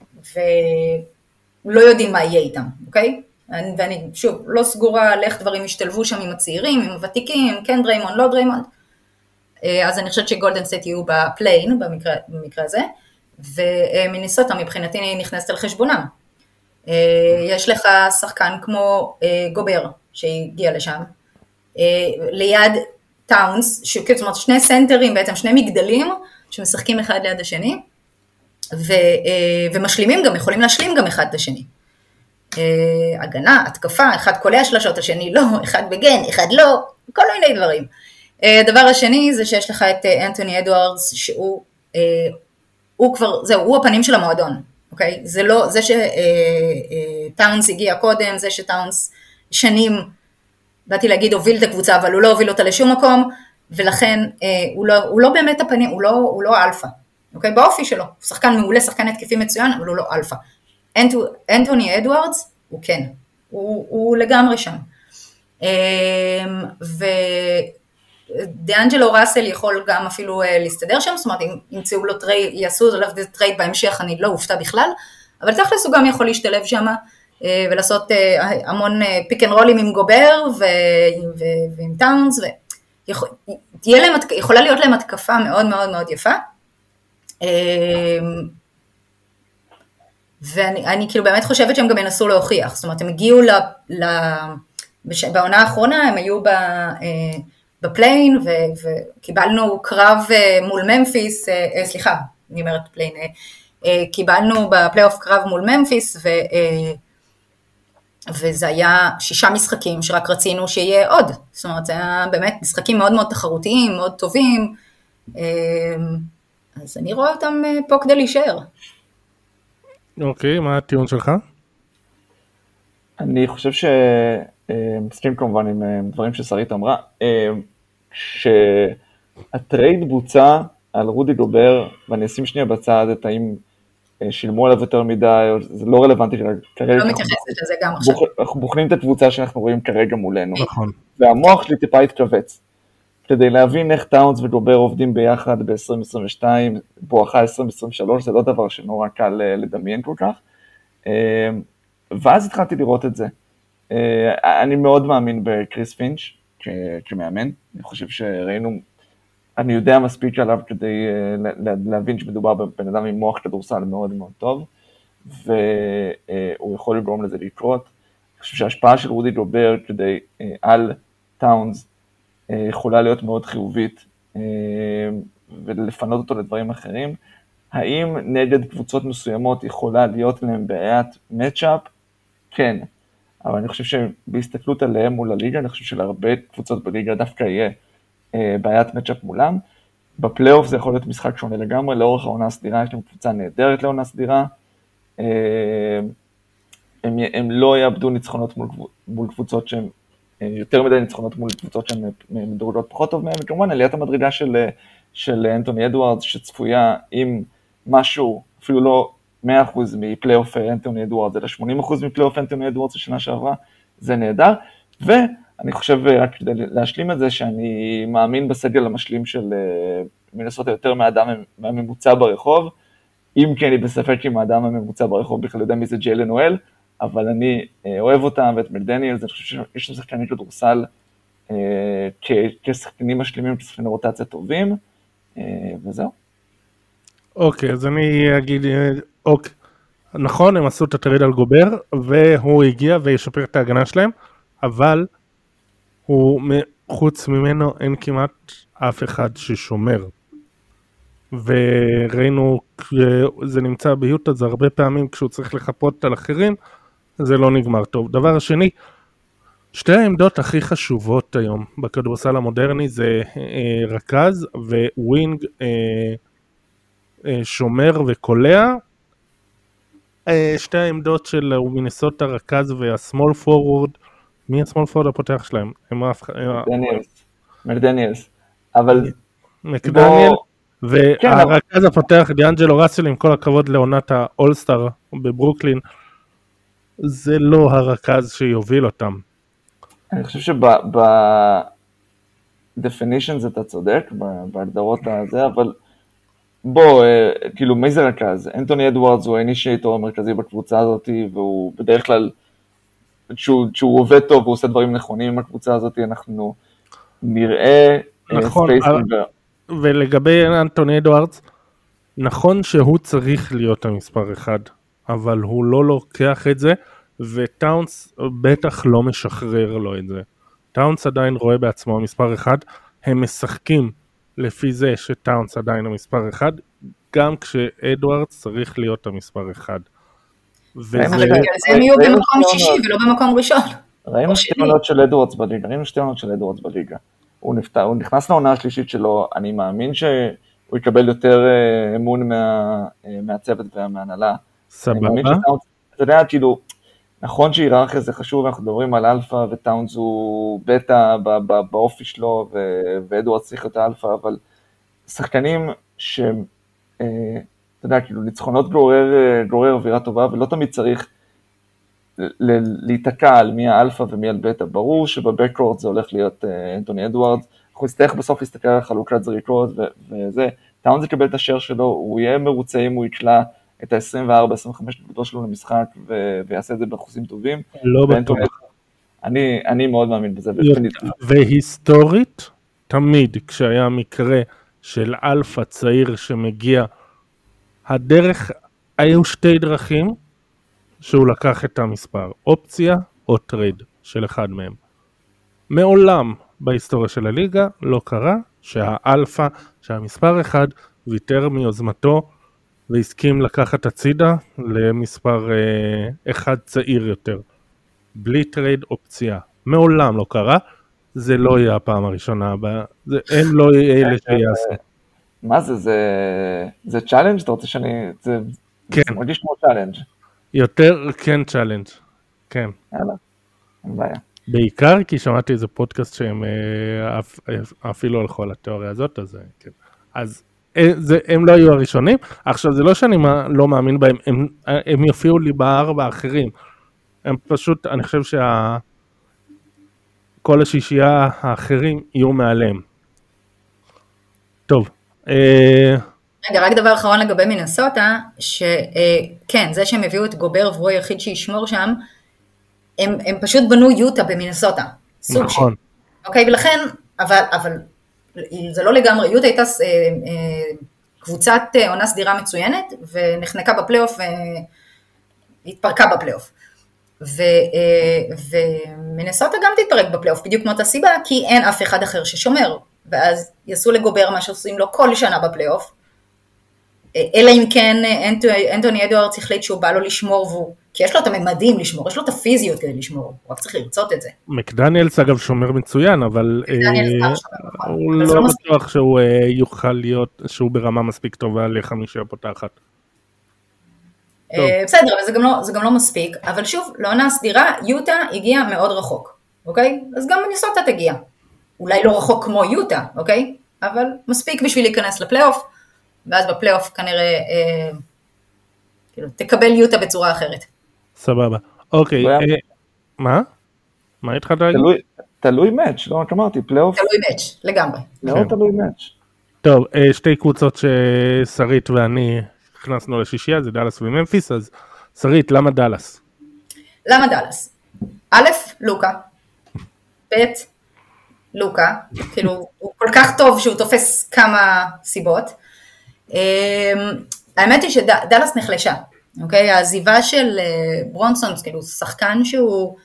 ולא יודעים מה יהיה איתם, אוקיי? ואני שוב, לא סגורה על איך דברים השתלבו שם עם הצעירים, עם הוותיקים, כן דריימונד, לא דריימונד, אז אני חושבת שגולדן סטייט יהיו בפליין, במקרה, במקרה הזה, ומינסוטה מבחינתי נכנסת על חשבונם. יש לך שחקן כמו גובר שהגיע לשם, ליד טאונס, זאת אומרת שני סנטרים, בעצם שני מגדלים שמשחקים אחד ליד השני, ו, ומשלימים גם, יכולים להשלים גם אחד את השני. הגנה, התקפה, אחד קולע שלשות, השני לא, אחד בגן, אחד לא, כל מיני דברים. הדבר השני זה שיש לך את אנטוני אדוארדס, שהוא הוא כבר, זהו, הוא הפנים של המועדון. אוקיי? זה לא, זה שטאונס הגיע קודם, זה שטאונס שנים, באתי להגיד, הוביל את הקבוצה, אבל הוא לא הוביל אותה לשום מקום, ולכן הוא לא, הוא לא באמת הפנים, הוא לא, הוא לא אלפא. אוקיי? באופי שלו, הוא שחקן מעולה, שחקן התקפי מצוין, אבל הוא לא אלפא. אנטוני אדוארדס, הוא כן, הוא, הוא לגמרי שם. ו... דיאנג'לו ראסל יכול גם אפילו להסתדר שם, זאת אומרת, אם ימצאו לו טרייד, יעשו עליו טרייד בהמשך, אני לא אופתע בכלל, אבל תכלס הוא גם יכול להשתלב שם, ולעשות המון פיק אנד רולים עם גובר, ועם טאונס, ויכולה להיות להם התקפה מאוד מאוד מאוד יפה, ואני אני כאילו באמת חושבת שהם גם ינסו להוכיח, זאת אומרת, הם הגיעו ל, ל, בש, בעונה האחרונה, הם היו ב, בפליין, ו, וקיבלנו קרב מול ממפיס, סליחה, אני אומרת פליין, קיבלנו בפלייאוף קרב מול ממפיס, ו, וזה היה שישה משחקים שרק רצינו שיהיה עוד, זאת אומרת, זה היה באמת משחקים מאוד מאוד תחרותיים, מאוד טובים, אז אני רואה אותם פה כדי להישאר.
אוקיי, מה הטיעון שלך?
אני חושב ש... מסכים כמובן עם דברים ששרית אמרה, שהטרייד בוצע על רודי גובר, ואני אשים שנייה בצד את האם שילמו עליו יותר מדי, זה לא רלוונטי כרגע.
לא מתייחסת לזה גם עכשיו.
אנחנו בוחנים את הקבוצה שאנחנו רואים כרגע מולנו.
נכון.
והמוח שלי טיפה התכווץ. כדי להבין איך טאונס וגובר עובדים ביחד ב-עשרים עשרים ושתיים, בואכה עשרים עשרים ושלוש, זה לא דבר שנורא קל לדמיין כל כך. ואז התחלתי לראות את זה. אני מאוד מאמין בקריס פינץ' כמאמן, אני חושב שראינו, אני יודע מספיק עליו כדי להבין שמדובר בבן אדם עם מוח כדורסל מאוד מאוד טוב, והוא יכול לגרום לזה לקרות. אני חושב שההשפעה של רודי גובר כדי על טאונס, יכולה להיות מאוד חיובית, ולפנות אותו לדברים אחרים. האם נגד קבוצות מסוימות יכולה להיות להם בעיית מצ'אפ? כן. אבל אני חושב שבהסתכלות עליהם מול הליגה, אני חושב שלהרבה קבוצות בליגה דווקא יהיה בעיית מצ'אפ מולם. בפלייאוף זה יכול להיות משחק שונה לגמרי, לאורך העונה הסדירה, יש להם קבוצה נהדרת לעונה סדירה. הם, הם לא יאבדו ניצחונות מול, מול קבוצות שהן יותר מדי ניצחונות מול קבוצות שהן מדורגות פחות טוב מהם, וכמובן עליית המדרגה של, של אנטוני אדוארדס שצפויה עם משהו, אפילו לא מאה אחוז מפלייאוף אנטוני אדוארדס, אלא שמונים אחוז מפלייאוף אנטוני אדוארדס השנה שעברה, זה נהדר, ואני חושב רק כדי להשלים את זה, שאני מאמין בסגל המשלים של מינסוטה יותר מהאדם הממוצע ברחוב, אם כן אני בספק עם האדם הממוצע ברחוב, בכלל יודע מי זה ג'יילן נואל, אבל אני אוהב אותם ואת מקדניאלס, אני חושב שיש שם שחקנים כדורסל כשחקנים משלימים, כשחקני רוטציה טובים, וזהו.
אוקיי, אז אני אגיד, אוקיי, נכון, הם עשו את הטרייד על גובר, והוא הגיע וישפר את ההגנה שלהם, אבל הוא, חוץ ממנו אין כמעט אף אחד ששומר. וראינו, זה נמצא ביוטה, זה הרבה פעמים כשהוא צריך לחפות על אחרים, זה לא נגמר טוב. דבר השני, שתי העמדות הכי חשובות היום בכדורסל המודרני זה אה, רכז וווינג אה, אה, שומר וקולע. אה, שתי העמדות של מינסוטה רכז והסמול פורוורד, מי הסמול פורוורד הפותח שלהם?
מקדניאלס. מקדניאלס. אבל...
מקדניאל. והרכז הפותח דיאנג'לו ראסל, עם כל הכבוד לעונת האולסטאר בברוקלין, זה לא הרכז שיוביל אותם.
אני חושב שבדפינישנס אתה צודק, בהגדרות הזה, אבל בוא, כאילו, מי זה רכז? אנטוני אדוארדס הוא האינישייטור המרכזי בקבוצה הזאת, והוא בדרך כלל, כשהוא, כשהוא עובד טוב והוא עושה דברים נכונים עם הקבוצה הזאת, אנחנו נראה
נכון, ולגבי אנטוני אדוארדס, נכון שהוא צריך להיות המספר אחד, אבל הוא לא לוקח את זה, וטאונס בטח לא משחרר לו את זה. טאונס עדיין רואה בעצמו המספר אחד, הם משחקים לפי זה שטאונס עדיין המספר אחד, גם כשאדוארדס צריך להיות המספר אחד.
אבל בגלל זה הם יהיו במקום שישי ולא במקום ראשון.
ראינו שתי עונות של אדוארדס בליגה, ראינו שתי עונות של אדוארדס בליגה. הוא נפתח, הוא נכנס לעונה השלישית שלו, אני מאמין שהוא יקבל יותר אמון מה, מהצוות והמהנהלה.
סבבה.
אתה יודע, כאילו, נכון שהיררכיה זה חשוב, אנחנו מדברים על אלפא וטאונס הוא בטא באופי שלו, ואדוארד צריך את האלפא, אבל שחקנים שהם, אתה יודע, כאילו, ניצחונות גורר אווירה טובה, ולא תמיד צריך להיתקע על מי האלפא ומי על בטא. ברור שבבקורד זה הולך להיות אנטוני אדוארד, אנחנו נצטרך בסוף להסתכל על חלוקת זריקות וזה, טאונס יקבל את השאר שלו, הוא יהיה מרוצה אם הוא יקלה את ה-עשרים וארבע עשרים וחמש נקודות שלו למשחק, ויעשה את זה באחוזים טובים.
לא בטוח.
אני, אני מאוד מאמין בזה.
והיסטורית, תמיד כשהיה מקרה של אלפא צעיר שמגיע, הדרך, היו שתי דרכים, שהוא לקח את המספר, אופציה או טרייד של אחד מהם. מעולם בהיסטוריה של הליגה לא קרה שהאלפא, שהמספר אחד, ויתר מיוזמתו והסכים לקחת הצידה למספר אה, אחד צעיר יותר. בלי טרייד אופציה. מעולם לא קרה, זה לא יהיה הפעם הראשונה הבאה, זה, הם לא יהיה אלה שיעשו.
מה זה, זה, זה צ'אלנג'? אתה רוצה שאני, זה,
כן.
זה מרגיש כמו צ'אלנג'.
יותר כן צ'אלנג', כן.
יאללה, אין בעיה.
בעיקר כי שמעתי איזה פודקאסט שהם אפ, אפילו הלכו על התיאוריה הזאת, אז כן. אז זה, הם לא היו הראשונים, עכשיו זה לא שאני לא מאמין בהם, הם, הם יופיעו לי בארבע האחרים, הם פשוט, אני חושב שה... כל השישייה האחרים יהיו מעליהם. טוב.
רגע, רק דבר אחרון לגבי מינסוטה, שכן, זה שהם הביאו את גובר והוא היחיד שישמור שם, הם, הם פשוט בנו יוטה במינסוטה.
נכון.
אוקיי, ולכן, אבל, אבל זה לא לגמרי, יוטה הייתה קבוצת עונה סדירה מצוינת, ונחנקה בפלייאוף, והתפרקה בפלייאוף. ומינסוטה גם תתפרק בפלייאוף, בדיוק כמו אותה סיבה, כי אין אף אחד אחר ששומר, ואז יעשו לגובר מה שעושים לו כל שנה בפלייאוף, אלא אם כן אנטוני אדוארדס החליט שהוא בא לו לשמור, והוא, כי יש לו את הממדים לשמור, יש לו את הפיזיות כדי לשמור, הוא רק צריך לרצות את זה.
מקדניאלס אגב שומר מצוין, אבל הוא לא בטוח שהוא יוכל להיות, שהוא ברמה מספיק טובה לחמישיה פותחת.
בסדר, אבל זה גם לא, זה גם לא מספיק, אבל שוב, לעונה סדירה, יוטה הגיעה מאוד רחוק, אוקיי? אז גם מינסוטה תגיע. אולי לא רחוק כמו יוטה, אוקיי? אבל מספיק בשביל להיכנס לפלייאוף, ואז בפלייאוף כנראה, אה, כאילו, תקבל יוטה בצורה אחרת.
סבבה. אוקיי, אה, מה? מה התחלת להגיד?
תלוי, תלוי מאץ', לא רק אמרתי, פלייאוף.
תלוי מאץ', לגמרי.
לא תלוי מאץ'.
טוב, אה, שתי קבוצות ששרית ואני הכנסנו לשישייה, זה דלס וממפיס, אז שרית, למה דלס?
למה דלס? א', לוקה, ב', לוקה, כאילו, הוא כל כך טוב שהוא תופס כמה סיבות. האמת היא שדלס נחלשה, אוקיי? העזיבה של ברונסון, כאילו, שחקן שהוא,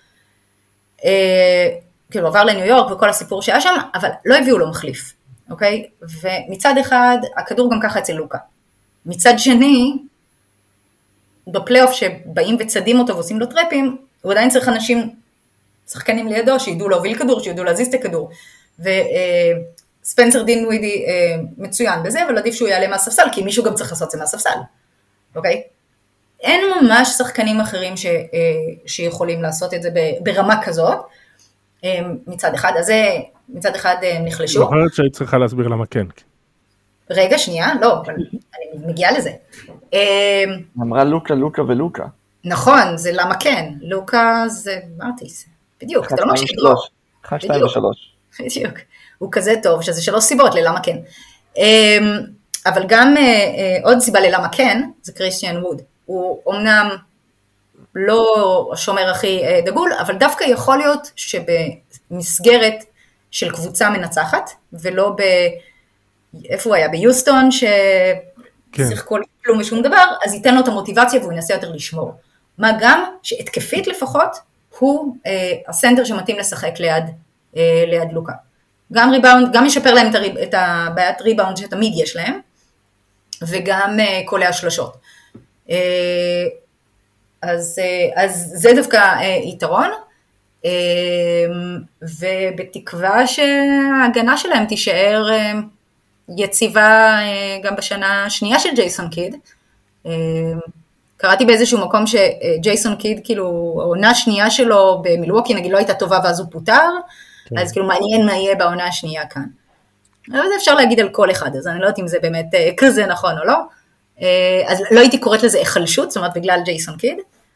כאילו, עבר לניו יורק וכל הסיפור שהיה שם, אבל לא הביאו לו מחליף, אוקיי? ומצד אחד, הכדור גם ככה אצל לוקה. מצד שני, בפלייאוף שבאים וצדים אותו ועושים לו טרפים, הוא עדיין צריך אנשים, שחקנים לידו, שידעו להוביל כדור, שידעו להזיז את הכדור. וספנסר דין ווידי מצוין בזה, אבל עדיף שהוא יעלה מהספסל, כי מישהו גם צריך לעשות את זה מהספסל. אוקיי? אין ממש שחקנים אחרים ש, שיכולים לעשות את זה ברמה כזאת, מצד אחד. אז זה, מצד אחד נחלשו.
זוכרת שהיית צריכה להסביר למה כן.
רגע, שנייה, לא, אבל אני מגיעה לזה.
אמרה לוקה, לוקה ולוקה.
נכון, זה למה כן. לוקה זה, אמרתי, בדיוק, אתה לא מקשיב לו.
אחד, שתיים ושלוש.
בדיוק. הוא כזה טוב, שזה שלוש סיבות ללמה כן. אבל גם עוד סיבה ללמה כן, זה קריסטיאן ווד. הוא אומנם לא השומר הכי דגול, אבל דווקא יכול להיות שבמסגרת של קבוצה מנצחת, ולא ב... איפה הוא היה? ביוסטון, ששיחקו כלום ושום דבר, אז ייתן לו את המוטיבציה והוא ינסה יותר לשמור. מה גם שהתקפית לפחות, הוא אה, הסנטר שמתאים לשחק ליד, אה, ליד לוקה. גם ריבאונד, גם ישפר להם את, הריב, את הבעיית ריבאונד שתמיד יש להם, וגם אה, קולע שלשות. אה, אז, אה, אז זה דווקא אה, יתרון, אה, ובתקווה שההגנה שלהם תישאר אה, יציבה אה, גם בשנה השנייה של ג'ייסון קיד. אה, קראתי באיזשהו מקום שג'ייסון קיד, כאילו, העונה השנייה שלו במילווקי, נגיד, לא הייתה טובה ואז הוא פוטר, כן. אז כאילו מעניין מה יהיה בעונה השנייה כאן. אבל זה אפשר להגיד על כל אחד, אז אני לא יודעת אם זה באמת כזה נכון או לא. אז לא הייתי קוראת לזה החלשות, זאת אומרת, בגלל ג'ייסון קיד.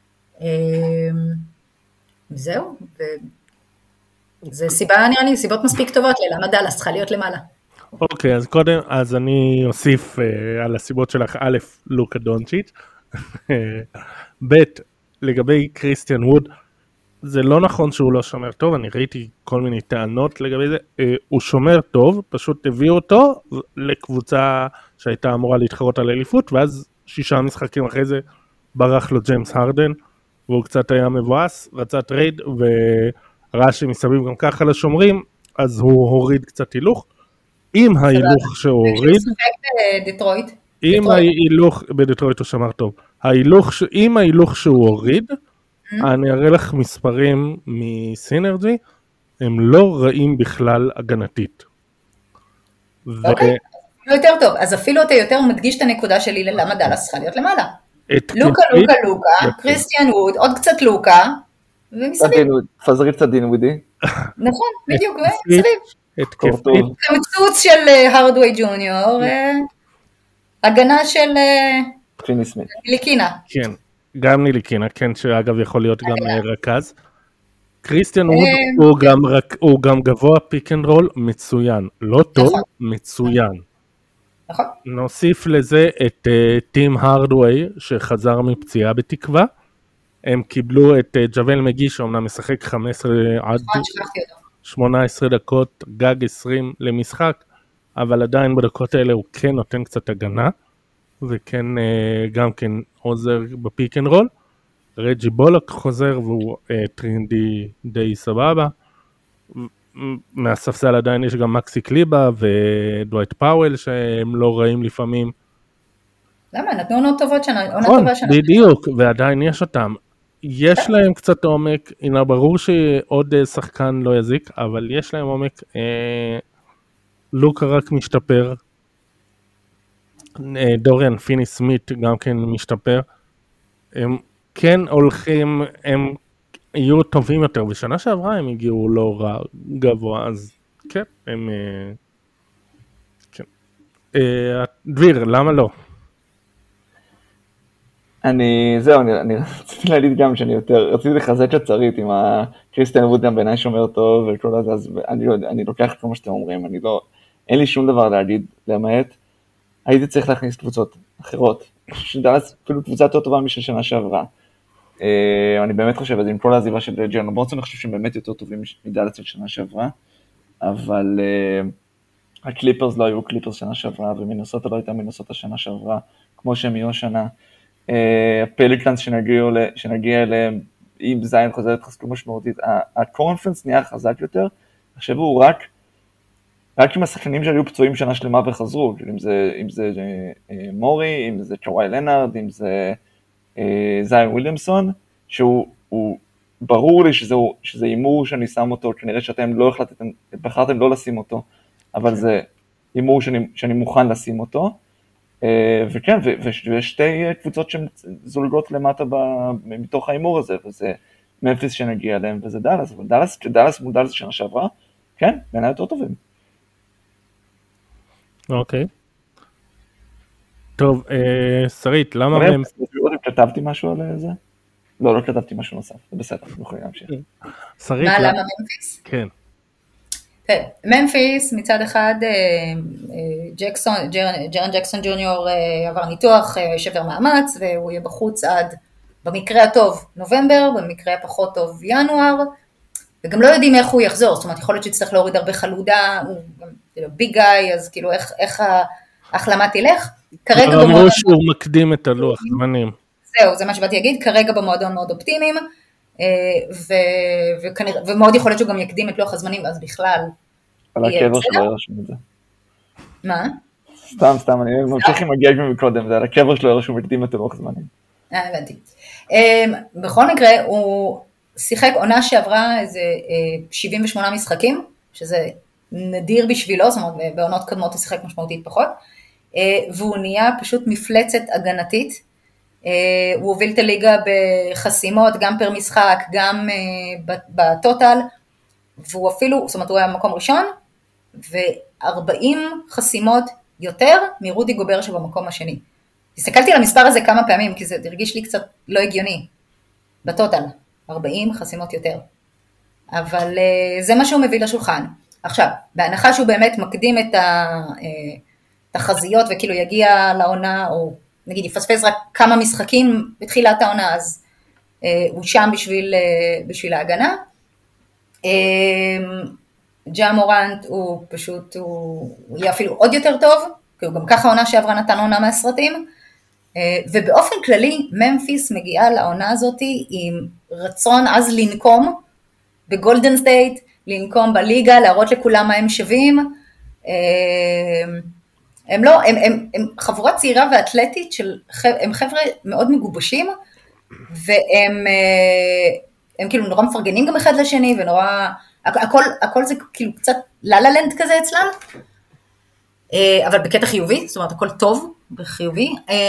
זהו, זה סיבה, נראה לי, סיבות מספיק טובות ללמה דלס צריכה להיות למעלה.
אוקיי, אז קודם, אז אני אוסיף על הסיבות שלך, א', לוקה דונצ'יץ', ב', לגבי קריסטיאן ווד, זה לא נכון שהוא לא שומר טוב, אני ראיתי כל מיני טענות לגבי זה, הוא שומר טוב, פשוט הביאו אותו לקבוצה שהייתה אמורה להתחרות על האליפות, ואז שישה משחקים אחרי זה ברח לו ג'יימס הרדן, והוא קצת היה מבואס, רצה טרייד, וראה שמסביב גם ככה לשומרים, אז הוא הוריד קצת הילוך. עם ההילוך שהוא הוריד,
בדטרויט.
עם ההילוך, בדטרויט הוא שמר טוב, עם ההילוך שהוא הוריד, אני אראה לך מספרים מסינרג'י, הם לא רעים בכלל הגנתית.
אוקיי, יותר טוב, אז אפילו אתה יותר מדגיש את הנקודה שלי ללמה דאלאס צריכה להיות למעלה. לוקה, לוקה, לוקה, קריסטיאן ווד, עוד קצת לוקה, ומסביב.
פזרי קצת דין וודי.
נכון, בדיוק, ומסביב.
התקפית.
המצוץ של הרדווי ג'וניור, הגנה של ניליקינה.
כן, גם ניליקינה, כן, שאגב יכול להיות גם רכז. קריסטיאן ווד הוא גם גבוה פיק אנד רול מצוין, לא טוב, מצוין.
נכון.
נוסיף לזה את טים הרדווי שחזר מפציעה בתקווה, הם קיבלו את ג'וול מגי שאומנם משחק חמש עשרה עד שמונה עשרה דקות, גג עשרים למשחק, אבל עדיין בדקות האלה הוא כן נותן קצת הגנה, וכן גם כן עוזר בפיק אנד רול. רג'י בולוק חוזר והוא טרינדי די סבבה, מהספסל עדיין יש גם מקסי קליבה ודווייט פאוול שהם לא רעים לפעמים.
למה? נתנו עונות טובות שנה.
בדיוק, ועדיין יש אותם. יש להם קצת עומק, הנה ברור שעוד שחקן לא יזיק, אבל יש להם עומק, לוקה רק משתפר, דוריאן פיני סמית גם כן משתפר, הם כן הולכים, הם יהיו טובים יותר, בשנה שעברה הם הגיעו לא רע גבוה, אז כן, הם, כן. דביר, למה לא?
אני, זהו, אני, אני רציתי להגיד גם שאני יותר, רציתי לחזק לצרית עם הקריסטיאן ווד גם בעיניי שומר טוב וכל הזה, אז אני, אני לוקח את כל מה שאתם אומרים, אני לא, אין לי שום דבר להגיד, למעט, הייתי צריך להכניס קבוצות אחרות, שדאלאס אפילו קבוצה יותר טובה משל שנה שעברה. אני באמת חושב, אז עם כל העזיבה של ג'רלן ברנסון, אני חושב שהם באמת יותר טובים מדאלאס של שנה שעברה, אבל הקליפרס לא היו קליפרס שנה שעברה, ומינוסוטה לא הייתה מינוסוטה שנה שעברה, כמו שהם יהיו השנה. הפליקאנס שנגיע אליהם, אם זיין חוזרת חזקו משמעותית, הקונפרנס נהיה חזק יותר, עכשיו הוא רק, רק עם השחקנים שהיו פצועים שנה שלמה וחזרו, אם זה, אם זה מורי, אם זה קוואי לנארד, אם זה זיין וויליאמסון, שהוא, הוא, ברור לי שזה, שזה אימור שאני שם אותו, כנראה שאתם לא החלטתם, בחרתם לא לשים אותו, אבל זה אימור שאני, שאני מוכן לשים אותו, וכן, ויש שתי קבוצות שהן זולגות למטה מתוך האימור הזה, וזה ממפיס שנגיע אליהם, וזה דאלאס, אבל דאלאס, כשדאלאס מול דאלאס שנה שעברה, כן, בעיניי יותר טובים.
אוקיי. טוב, שרית, למה ממפיס?
כתבתי משהו על זה? לא, לא כתבתי משהו נוסף, זה בסדר, אנחנו יכולים להמשיך.
מה, למה ממפיס?
כן.
ממפיס מצד אחד, ג'קסון, ג'רן ג'קסון ג'וניור עבר ניתוח, שבר מאמץ, והוא יהיה בחוץ עד, במקרה הטוב נובמבר, במקרה הפחות טוב ינואר, וגם לא יודעים איך הוא יחזור, זאת אומרת, יכול להיות שצריך להוריד הרבה חלודה, הוא גם ביג גאי, אז כאילו איך ההחלמה תלך, כרגע במועדון...
אמרו שהוא מקדים את הלוח זמנים.
זהו, זה מה שבאתי להגיד, כרגע במועדון מאוד אופטימיים, ומאוד יכול להיות שהוא גם יקדים את לוח הזמנים, ואז בכלל...
על הקבר שלו ירשום את זה.
מה?
סתם, סתם, אני ממשיך עם הגג מקודם, זה על הקבר שלו ירשום יקדים את לוח הזמנים.
אה, הבנתי. בכל מקרה, הוא שיחק עונה שעברה איזה שבעים ושמונה משחקים, שזה נדיר בשבילו, זאת אומרת, בעונות קודמות הוא שיחק משמעותית פחות, והוא נהיה פשוט מפלצת הגנתית, הוא הוביל את הליגה בחסימות, גם פר משחק, גם בטוטל, והוא אפילו, זאת אומרת, הוא היה במקום ראשון, ו-ארבעים חסימות יותר מרודי גובר שבמקום השני. הסתכלתי על המספר הזה כמה פעמים, כי זה הרגיש לי קצת לא הגיוני, בטוטל, ארבעים חסימות יותר. אבל זה מה שהוא מביא לשולחן. עכשיו, בהנחה שהוא באמת מקדים את התחזיות, וכאילו יגיע לעונה, או נגיד יפספס רק כמה משחקים בתחילת העונה, אז הוא שם בשביל, בשביל ההגנה. ג'ה מורנט הוא פשוט, הוא, הוא יהיה אפילו עוד יותר טוב, כי הוא גם ככה עונה שעברה נתן עונה מהסרטים, ובאופן כללי, ממפיס מגיעה לעונה הזאת עם רצון אז לנקום בגולדן סטייט, לנקום בליגה, להראות לכולם מה הם שווים. הם לא, הם, הם, הם חבורה צעירה ואתלטית, של, הם חבר'ה מאוד מגובשים, והם הם כאילו נורא מפרגנים גם אחד לשני, ונורא, הכל, הכל זה כאילו קצת ללה-לנד כזה אצלם, אבל בקטע חיובי, זאת אומרת, הכל טוב וחיובי,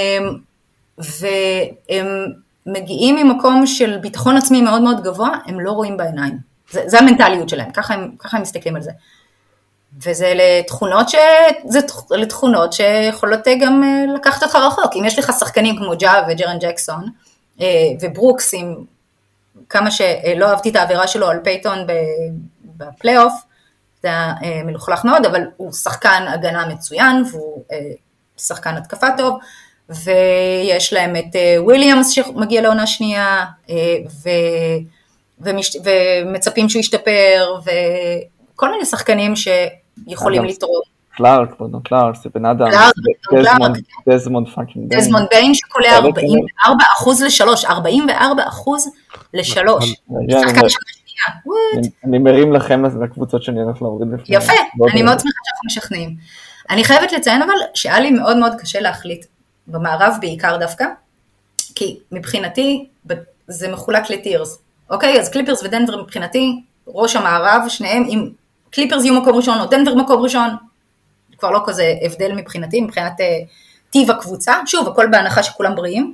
והם מגיעים ממקום של ביטחון עצמי מאוד מאוד גבוה, הם לא רואים בעיניים. זה, זה המנטליות שלהם, ככה הם, ככה הם מסתכלים על זה. וזה לתכונות, ש... זה לתכונות שיכולות גם לקחת אותך רחוק. אם יש לך שחקנים כמו ג'ה וג'רן ג'קסון, וברוקס, עם כמה שלא אהבתי את העבירה שלו על פייטון בפלייאוף, זה היה מלוכלך מאוד, אבל הוא שחקן הגנה מצוין, והוא שחקן התקפה טוב, ויש להם את וויליאמס שמגיע לעונה שנייה, ו... ומש... ומצפים שהוא ישתפר, וכל מיני שחקנים שיכולים לתרום.
קלארק, בודו קלארק, זה בן אדם, דזמונד פאקינג ביין.
דזמונד ביין שקולה ארבעים וארבע אחוז לשלוש, ארבעים וארבע אחוז לשלוש. שחקן שנייה.
אני מרים לכם לקבוצות שאני הולך להוריד לפני.
יפה, אני מאוד שמחה שאנחנו משכנעים. אני חייבת לציין אבל שהיה לי מאוד מאוד קשה להחליט, במערב בעיקר דווקא, כי מבחינתי זה מחולק לטירס. אוקיי, אז קליפרס ודנבר מבחינתי, ראש המערב, שניהם, אם קליפרס יהיו מקום ראשון או דנבר מקום ראשון, כבר לא כזה הבדל מבחינתי, מבחינת טיב הקבוצה, שוב, הכל בהנחה שכולם בריאים,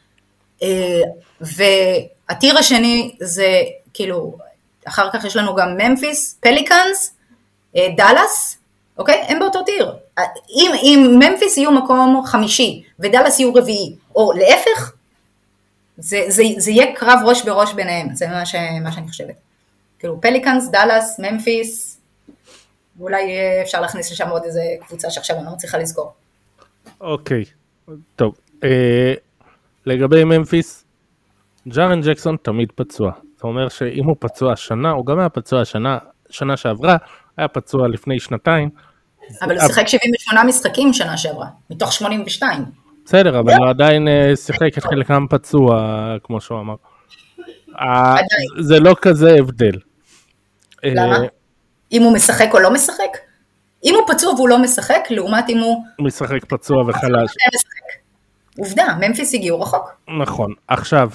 והטיר השני זה, כאילו, אחר כך יש לנו גם ממפיס, פליקאנס, דלס, אוקיי, הם באותו טיר. אם, אם ממפיס יהיו מקום חמישי, ודלס יהיו רביעי, או להפך, זה, זה, זה יהיה קרב ראש בראש ביניהם, זה מה, ש, מה שאני חושבת. כאילו, פליקאנס, דלס, ממפיס, ואולי אפשר להכניס לשם עוד איזה קבוצה שעכשיו אני לא מצליחה לזכור.
אוקיי, טוב. אה, לגבי ממפיס, ג'רן ג'קסון תמיד פצוע. זאת אומרת שאם הוא פצוע השנה, הוא גם היה פצוע השנה, שנה שעברה, היה פצוע לפני שנתיים.
אבל הוא שיחק שבעים ושמונה משחקים שנה שעברה, מתוך שמונים ושתיים.
בסדר, אבל הוא עדיין שיחק את חלקם פצוע, כמו שהוא אמר. זה לא כזה הבדל.
למה? אם הוא משחק או לא משחק? אם הוא פצוע והוא לא משחק, לעומת אם הוא...
הוא משחק פצוע וחלש.
עובדה, ממפיס הגיעו רחוק.
נכון. עכשיו,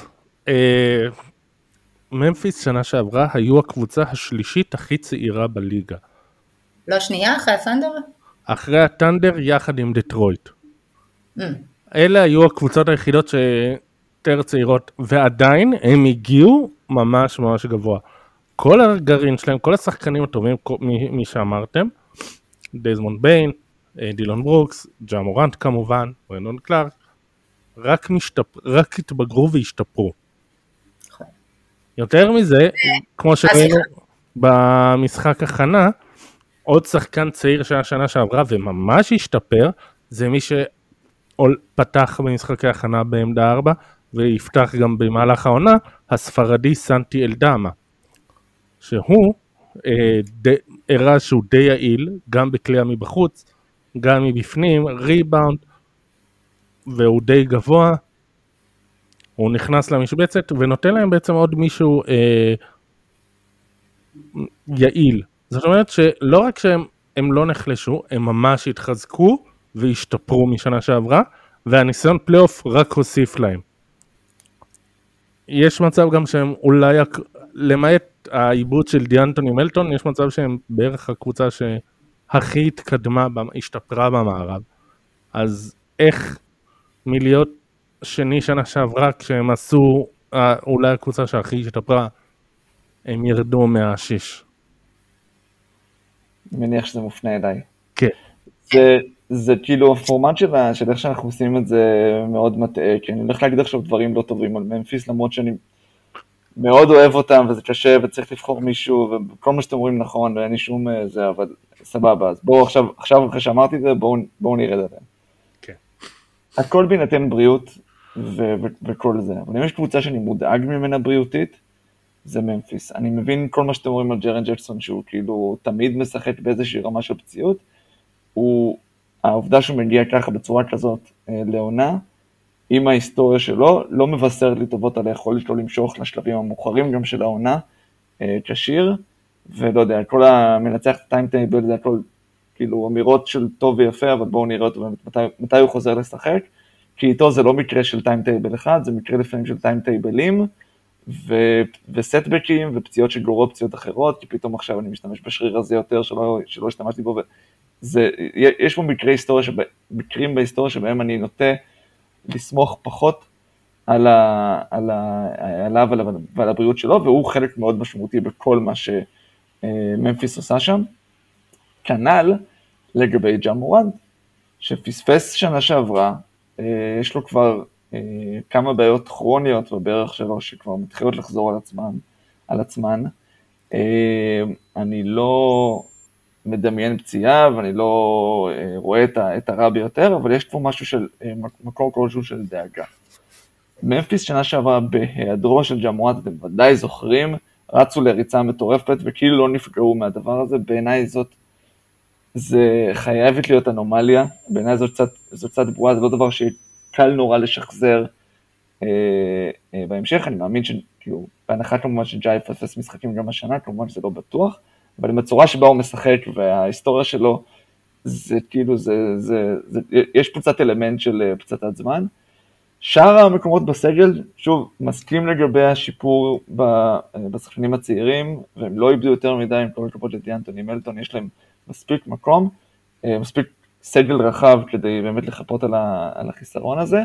ממפיס שנה שעברה היו הקבוצה השלישית הכי צעירה בליגה.
לא שנייה, אחרי הטנדר?
אחרי הטנדר יחד עם דטרויט. אלה היו הקבוצות היחידות שיותר צעירות, ועדיין הם הגיעו ממש ממש גבוה. כל הגרעין שלהם, כל השחקנים הטובים, מי שאמרתם, דזמונד ביין, דילון ברוקס, ג'ה מורנט כמובן, ברנדון קלארק, רק, משתפ... רק התבגרו והשתפרו. יותר מזה, כמו שראינו במשחק הכנה, עוד שחקן צעיר שהשנה שעברה וממש השתפר, זה מי שפתח במשחקי הכנה בעמדה ארבע, ויפתח גם במהלך העונה, הספרדי סנטי אלדמה, שהוא אה, ד... הראה שהוא די יעיל, גם בכלייה מבחוץ, גם מבפנים, ריבאונד, והוא די גבוה, הוא נכנס למשבצת, ונותן להם בעצם עוד מישהו אה, יעיל. זאת אומרת שלא רק שהם הם לא נחלשו, הם ממש התחזקו והשתפרו משנה שעברה, והניסיון פלייאוף רק הוסיף להם. יש מצב גם שהם אולי, למעט העיבוד של דיאנטוני מלטון, יש מצב שהם בערך הקבוצה שהכי התקדמה, השתפרה במערב. אז איך מלהיות שני שנה שעברה, כשהם עשו, אולי הקבוצה שהכי השתפרה, הם ירדו מהשיש.
אני מניח שזה מופנה אליי.
כן.
זה, זה כאילו הפורמט שלה, של איך שאנחנו עושים את זה מאוד מטעה, כי אני הולך להגיד עכשיו דברים לא טובים על ממפיס, למרות שאני מאוד אוהב אותם, וזה קשה, וצריך לבחור מישהו, וכל מה שאתם אומרים נכון, ואין לי שום זה, אבל סבבה, אז בואו עכשיו, עכשיו אחרי שאמרתי את זה, בואו, בואו נרד עליהם.
כן.
הכל בהינתן בריאות, ו- ו- וכל זה, אבל אם יש קבוצה שאני מודאג ממנה בריאותית, זה ממפיס. אני מבין כל מה שאתם אומרים על ג'רן ג'קסון, שהוא כאילו תמיד משחק באיזושהי רמה של פציעות, הוא, העובדה שהוא מגיע ככה בצורה כזאת לעונה, עם ההיסטוריה שלו, לא מבשר לי טובות על היכולת שלו למשוך לשלבים המאוחרים גם של העונה, כשיר, ולא יודע, כל המנצח את הטיימטייבל זה הכל כאילו אמירות של טוב ויפה, אבל בואו נראה אותו מתי, מתי הוא חוזר לשחק, כי איתו זה לא מקרה של טיימטייבל אחד, זה מקרה לפעמים של טיימטייבלים, ו- וסטבקים ופציעות שגורות פציעות אחרות, כי פתאום עכשיו אני משתמש בשריר הזה יותר שלא, שלא השתמשתי בו, וזה, יש פה מקרי היסטוריה, שבה, מקרים בהיסטוריה שבהם אני נוטה לסמוך פחות על ה, על ה, עליו ועל, ועל הבריאות שלו, והוא חלק מאוד משמעותי בכל מה שממפיס עושה שם. כנ"ל לגבי ג'ה מורנט, שפספס שנה שעברה, יש לו כבר כמה בעיות כרוניות בברך שלו, שכבר מתחילות לחזור על עצמן, על עצמן. אני לא מדמיין פציעה, ואני לא רואה את הרע ביותר, אבל יש פה משהו של, מקור כלשהו של דאגה. ממפיס שנה שעברה בהיעדרו של ג'ה מורנט, אתם ודאי זוכרים, רצו לריצה מטורפת, וכאילו לא נפגעו מהדבר הזה. בעיניי זאת, זה חייבת להיות אנומליה, בעיניי זאת קצת, זאת קצת ברורה, זה לא דבר שקל נורא לשחזר אה, אה, בהמשך. אני מאמין שכאילו, בהנחה כמובן שג'ה יפספס משחקים גם השנה, כמובן שזה לא בטוח, אבל עם הצורה שבה הוא משחק וההיסטוריה שלו, זה כאילו, זה, זה, זה, יש פה קצת אלמנט של פצצת זמן. שאר המקומות בסגל, שוב, מסכים לגבי השיפור בשחקנים הצעירים, והם לא איבדו יותר מדי עם כל הכבוד לדיאנטוני מלטון, יש להם מספיק מקום, מספיק סגל רחב כדי באמת לחפות על, ה, על החיסרון הזה.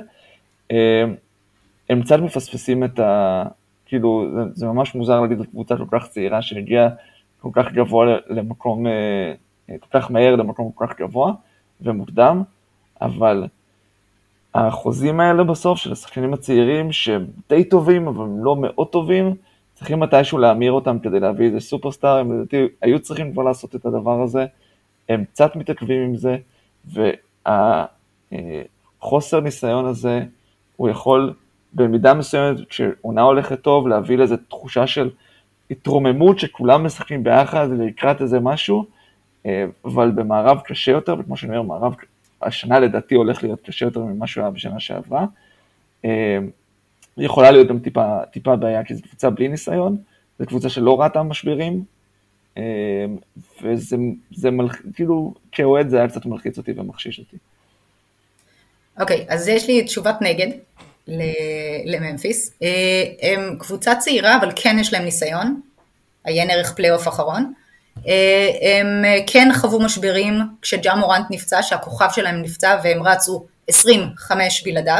הם קצת מפספסים את ה... כאילו, זה, זה ממש מוזר להגיד על קבוצה כל כך צעירה, שהגיעה כל כך גבוה למקום, כל כך מהר למקום כל כך גבוה ומוקדם, אבל החוזים האלה בסוף של השחקנים הצעירים, שהם די טובים, אבל הם לא מאוד טובים, צריכים מתישהו להמיר אותם כדי להביא איזה סופרסטאר, הם לדעתי היו צריכים כבר לעשות את הדבר הזה, הם קצת מתעכבים עם זה, והחוסר ניסיון הזה, הוא יכול במידה מסוימת, כשעונה הולכת טוב, להביא לאיזו תחושה של התרוממות, שכולם משחקים ביחד לקראת איזה משהו, אבל במערב קשה יותר, וכמו שאני אומר, מערב השנה לדעתי הולך להיות קשה יותר ממה שהוא היה בשנה שעברה, יכולה להיות גם טיפה, טיפה בעיה, כי זו קבוצה בלי ניסיון, זו קבוצה שלא ראתה משברים, וזה, זה מלח... כאילו, כאוהד זה היה קצת מלחיץ אותי ומחשיש אותי.
אוקיי, אז יש לי תשובת נגד לממפיס. הם קבוצה צעירה, אבל כן יש להם ניסיון, עיין ערך פלייאוף אחרון. הם כן חוו משברים כשג'ה מורנט נפצע, שהכוכב שלהם נפצע, והם רצו עשרים וחמש בלעדיו.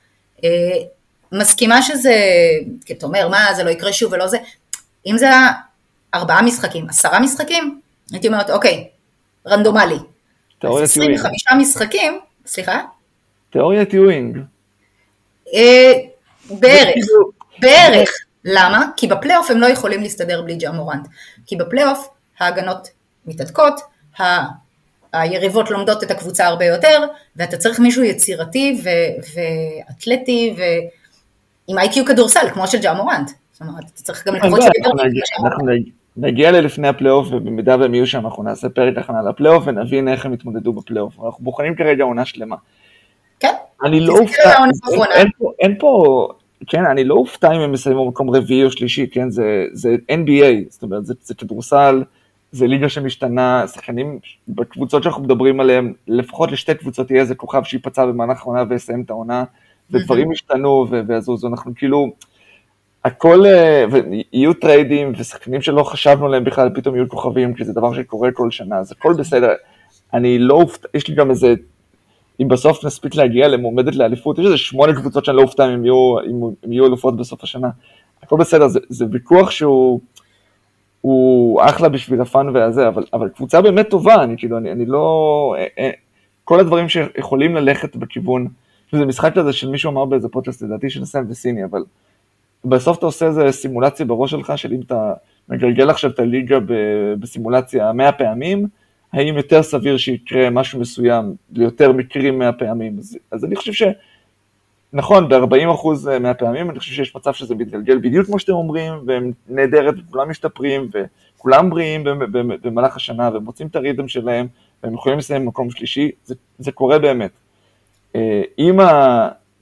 מסכימה שזה, כי אתה אומר, מה, זה לא יקרה שוב ולא זה. אם זה ארבעה משחקים, עשרה משחקים, הייתי אומרת, אוקיי, רנדומלי. עשרים וחמישה משחקים, סליחה?
תיאוריית יואינג.
בערך, בערך. למה? כי בפלייאוף הם לא יכולים להסתדר בלי ג'ה מורנט. כי בפלייאוף ההגנות מתעדקות, היריבות לומדות את הקבוצה הרבה יותר, ואתה צריך מישהו יצירתי ואתלטי ועם איי קיו כדורסל, כמו של ג'ה מורנט. זאת אומרת, אתה צריך גם לקוות שגבר...
אנחנו נגיע ללפני הפלייאוף, ובמידה והם יהיו שם, אנחנו נעשה פרק הכנה לפלייאוף, ונבין איך הם יתמודדו בפלייאוף. אנחנו בוחנים כרגע עונה שלמה.
כן.
אני לא אופתע, אין פה... כן, אני לא אופתע אם הם מסיימים במקום רביעי או שלישי, כן, זה, זה אן בי איי, זאת אומרת, זה, זה כדורסל, זה ליגה שמשתנה, שחקנים בקבוצות שאנחנו מדברים עליהם, לפחות לשתי קבוצות יהיה איזה כוכב שיפצע במהלך העונה ויסיים את העונה, ודברים השתנו ועזוזו, אנחנו כאילו, הכל, ויהיו טריידים ושחקנים שלא חשבנו עליהם בכלל, פתאום יהיו כוכבים, כי זה דבר שקורה כל שנה, אז הכל בסדר, אני לא אופתע, יש לי גם איזה, אם בסוף נספיק להגיע למועמדת לאליפות, יש איזה שמונה קבוצות שאני לא אופתע אם יהיו, אם, אם יהיו אלופות בסוף השנה. הכל בסדר, זה, זה ויכוח שהוא הוא אחלה בשביל הפן והזה, אבל, אבל קבוצה באמת טובה, אני כאילו, אני, אני לא... כל הדברים שיכולים ללכת בכיוון, זה משחק כזה של מישהו אמר באיזה פודקאסט, לדעתי של סם וסיני, אבל בסוף אתה עושה איזה סימולציה בראש שלך, של אם אתה מגלגל עכשיו את הליגה בסימולציה מאה פעמים, האם יותר סביר שיקרה משהו מסוים, ליותר מקרים מאה פעמים. אז, אז אני חושב ש... נכון, ב-ארבעים אחוז מהפעמים, אני חושב שיש מצב שזה מתגלגל בדיוק כמו שאתם אומרים, והם נהדרת, וכולם משתפרים, וכולם בריאים במהלך השנה, והם מוצאים את הריתם שלהם, והם יכולים לסיים במקום שלישי, זה, זה קורה באמת. אם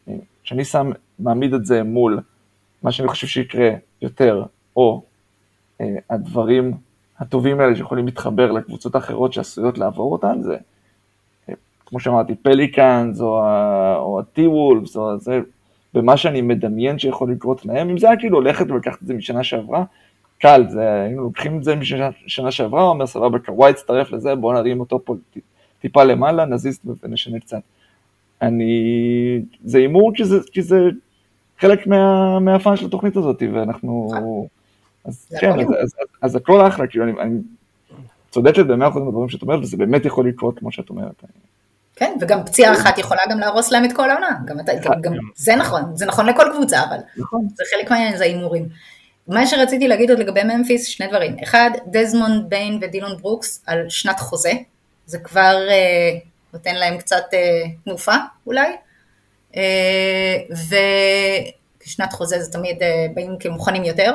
כשאני שם, מעמיד את זה מול מה שאני חושב שיקרה יותר, או אה, הדברים הטובים האלה שיכולים להתחבר לקבוצות האחרות שעשויות לעבור אותן, זה, אה, כמו שאמרתי, פליקאנס, או הטי-וולפס, או זה, במה שאני מדמיין שיכול לקרות להם, אם זה היה כאילו הולכת ולקחת את זה משנה שעברה, קל, זה, היינו לוקחים את זה משנה שעברה, אומר סבבה, קוואי הצטרף לזה, בואו נרים אותו פה טיפה למעלה, נזיז ונשנה קצת. אני, זה אימור כי זה, כי זה חלק מה, מהפן של התוכנית הזאת, ואנחנו, אז כן, אז, אז, אז הכל אחלה, כאילו אני, אני צודקת במאה אחוז מהדברים שאת אומרת, וזה באמת יכול לקרות כמו שאת אומרת.
כן, וגם פציעה אחת יכולה גם להרוס להם את כל העונה, גם, גם, גם זה נכון, זה נכון לכל קבוצה, אבל נכון. זה חלק מהעניין, זה האימורים. מה שרציתי להגיד עוד לגבי ממפיס, שני דברים. אחד, דזמונד ביין ודילון ברוקס על שנת חוזה, זה כבר אה, נותן להם קצת אה, תנופה אולי, אה, ושנת חוזה זה תמיד אה, באים כמוכנים יותר,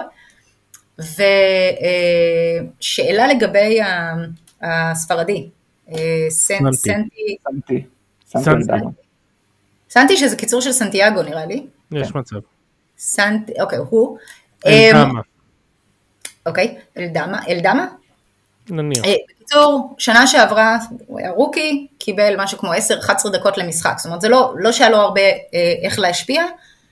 ושאלה אה, לגבי הספרדי, אה, סנ, סנטי,
סנטי,
סנטי, סנטי שזה קיצור של סנטיאגו נראה לי.
יש מצב.
סנטי, אוקיי, הוא.
אלדמה.
אוקיי, אלדמה, אלדמה?
נניח.
בקיצור, שנה שעברה, הוא היה רוקי, קיבל משהו כמו עשר עד אחת עשרה דקות למשחק, זאת אומרת, זה לא, לא שהיה לו הרבה איך להשפיע,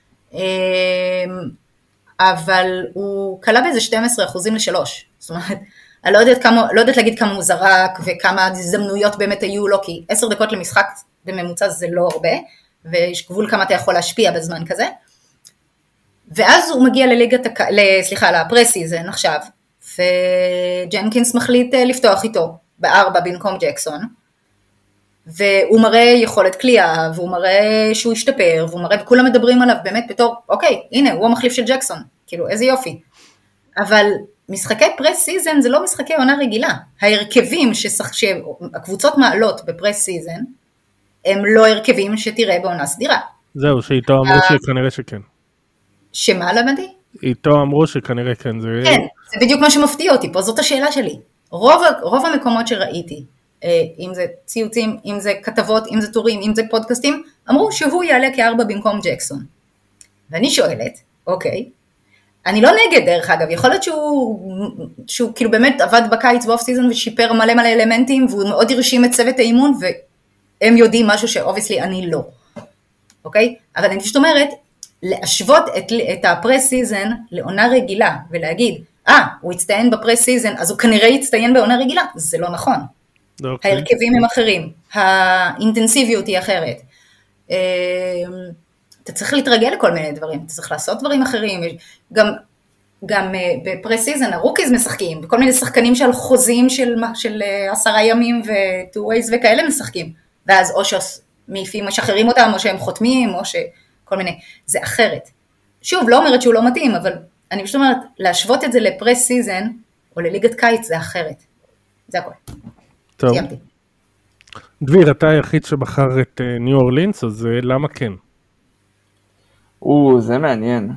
אבל הוא קלה באיזה שנים עשר אחוזים לשלוש, זאת אומרת, אני לא יודעת, כמה, לא יודעת להגיד כמה הוא זרק, וכמה הזדמנויות באמת היו לו, כי עשר דקות למשחק בממוצע זה לא הרבה, ויש גבול כמה אתה יכול להשפיע בזמן כזה, ואז הוא מגיע לליגת, סליחה, לפרסיזן עכשיו, וג'נקינס מחליט לפתוח איתו בארבע במקום ג'קסון, והוא מראה יכולת קליעה, והוא מראה שהוא השתפר, והוא מראה, וכולם מדברים עליו באמת בתור, אוקיי, הנה, הוא המחליף של ג'קסון, כאילו, איזה יופי. אבל משחקי פרסיזן זה לא משחקי עונה רגילה. ההרכבים שהקבוצות מעלות בפרסיזן, הם לא הרכבים שתראה בעונה סדירה.
זהו, שאיתו אמרו שכנראה שכן.
שמה למדי?
איתו אמרו שכנראה כן. זה...
כן, זה בדיוק מה שמפתיע אותי פה, זאת השאלה שלי. רוב, רוב המקומות שראיתי, אם זה ציוצים, אם זה כתבות, אם זה טורים, אם זה פודקאסטים, אמרו שהוא יעלה כארבע במקום ג'קסון. ואני שואלת, אוקיי, אני לא נגד דרך אגב, יכול להיות שהוא, שהוא כאילו באמת עבד בקיץ באוף סיזון ושיפר מלא מלא אלמנטים, והוא מאוד הרשים את צוות האימון, והם יודעים משהו שאובייסלי אני לא. אוקיי? אבל אני פשוט אומרת, להשוות את, את הפרס-סיזן לעונה רגילה, ולהגיד, אה, הוא יצטיין בפרס-סיזן, אז הוא כנראה יצטיין בעונה רגילה, זה לא נכון. Okay. ההרכבים הם אחרים, האינטנסיביות היא אחרת. אתה צריך להתרגל לכל מיני דברים, אתה צריך לעשות דברים אחרים, גם, גם בפרס-סיזן הרוקיז משחקים, וכל מיני שחקנים של חוזים של, של עשרה ימים ו-two ways וכאלה משחקים, ואז או שמעיפים משחררים אותם, או שהם חותמים, או ש... כל מיני, זה אחרת. שוב, לא אומרת שהוא לא מתאים, אבל אני פשוט אומרת, להשוות את זה לפרס סיזן, או לליגת קיץ, זה אחרת. זה הכל.
טוב. סיימתי. דביר, אתה היחיד שבחר את ניו אורלינס, אז למה כן?
או, זה מעניין.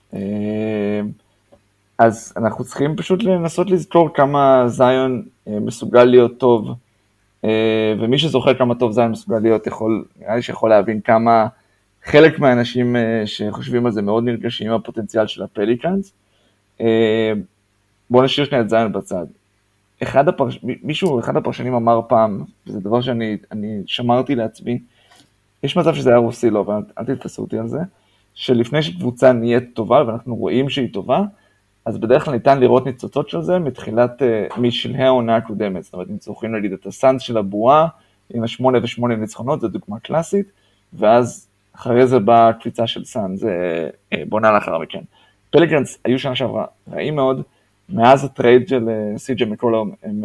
אז אנחנו צריכים פשוט לנסות לזכור כמה זיון מסוגל להיות טוב, ומי שזוכר כמה טוב זיון מסוגל להיות, יכול, נראה לי שיכול להבין כמה, חלק מהאנשים שחושבים על זה מאוד נרגשים עם הפוטנציאל של הפליקאנס. בואו נשאיר שנייה את זיון בצד. אחד הפרש... מישהו, אחד הפרשנים אמר פעם, וזה דבר שאני אני שמרתי לעצמי, יש מצב שזה היה רוסי, לא, אבל אל תתפסו אותי על זה, שלפני שקבוצה נהיית טובה, ואנחנו רואים שהיא טובה, אז בדרך כלל ניתן לראות ניצוצות של זה מתחילת, משלהי העונה הקודמת. זאת אומרת, אם צריכים להגיד את הסאנס של הבועה, עם השמונה ושמונה ניצחונות, זו דוגמה קלאסית, ואז אחרי זה באה קפיצה של סאן, זה בונה לאחר מכן. פליקאנס היו שנה שעברה רעים מאוד, מאז הטרייד של סי.ג'יי מקולום, הם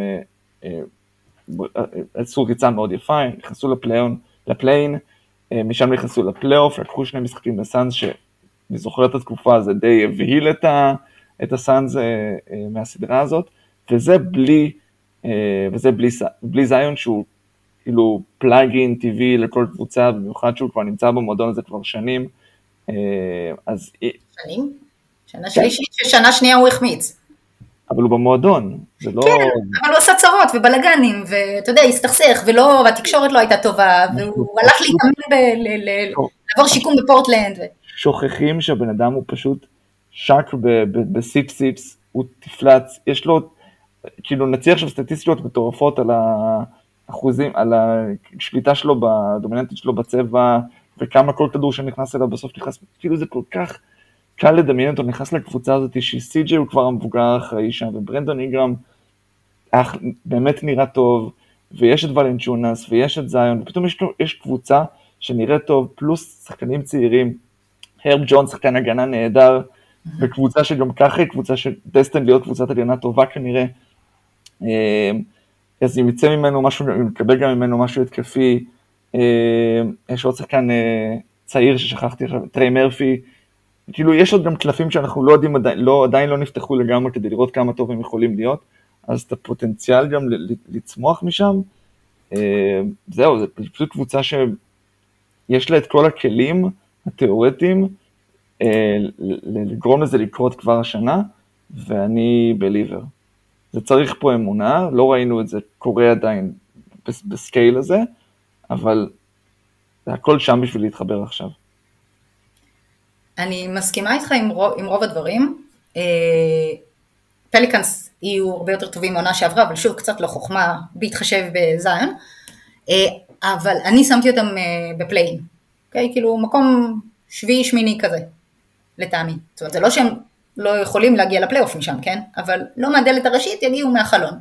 עשו ריצה מאוד יפה, הם נכנסו לפליין, לפליין, משם נכנסו לפלייאוף, לקחו שני משחקים לסאנס, שאני זוכר את התקופה, זה די הבהיל את, ה, את הסאנס מהסדרה הזאת, וזה בלי, וזה בלי, בלי זיון שהוא כאילו פלאגין טבעי לכל קבוצה, במיוחד שהוא כבר נמצא במועדון הזה כבר שנים. אז...
שנים? שנה שלישית, ששנה שנייה הוא החמיץ.
אבל הוא במועדון, זה לא...
כן, אבל הוא עשה צרות ובלגנים, ואתה יודע, הסתכסך, ולא, והתקשורת לא הייתה טובה, והוא הלך להתאמן לעבור שיקום בפורטלנד.
שוכחים שהבן אדם הוא פשוט שק בסיפ-סיפס, הוא תפלץ, יש לו, כאילו נציח שם סטטיסטיות מטורפות על האחוזים, על השליטה שלו, בדומיננטית שלו בצבע, וכמה כל כדור שנכנס אליו בסוף נכנס, כאילו זה כל כך קל לדמיין אותו, נכנס לקבוצה הזאת, שסי ג'יי הוא כבר המבוגר האחראי שם, וברנדון אינגרם באמת נראה טוב, ויש את ולנצ'ונס, ויש את זיון, ופתאום יש, יש קבוצה שנראית טוב, פלוס שחקנים צעירים, הרב ג'ון, שחקן הגנה נהדר, בקבוצה שגם ככה היא קבוצה שדסטן להיות קבוצת הגנה טובה כנראה, אז אם יצא ממנו משהו, אם יקבל גם ממנו משהו התקפי, יש עוד שחקן צעיר ששכחתי עכשיו, טריי מרפי, כאילו יש עוד גם קלפים שאנחנו לא יודעים, לא, עדיין לא נפתחו לגמרי כדי לראות כמה טוב הם יכולים להיות, אז את הפוטנציאל גם לצמוח משם, זהו, זה פשוט קבוצה שיש לה את כל הכלים התיאורטיים, לגרום לזה לקרות כבר השנה, ואני בליבר. זה צריך פה אמונה, לא ראינו את זה קורה עדיין בסקייל הזה, אבל זה הכל שם בשביל להתחבר עכשיו.
אני מסכימה איתך עם רוב, עם רוב הדברים. פליקנס יהיו הרבה יותר טובים מעונה שעברה, אבל שוב קצת לא חוכמה בהתחשב בזיון, אבל אני שמתי אותם בפליין, אוקיי? כאילו מקום שביעי שמיני כזה, לטעמי. זאת אומרת, זה לא שהם לא יכולים להגיע לפלייאוף משם, כן? אבל לא מהדלת הראשית, יגיעו מהחלון.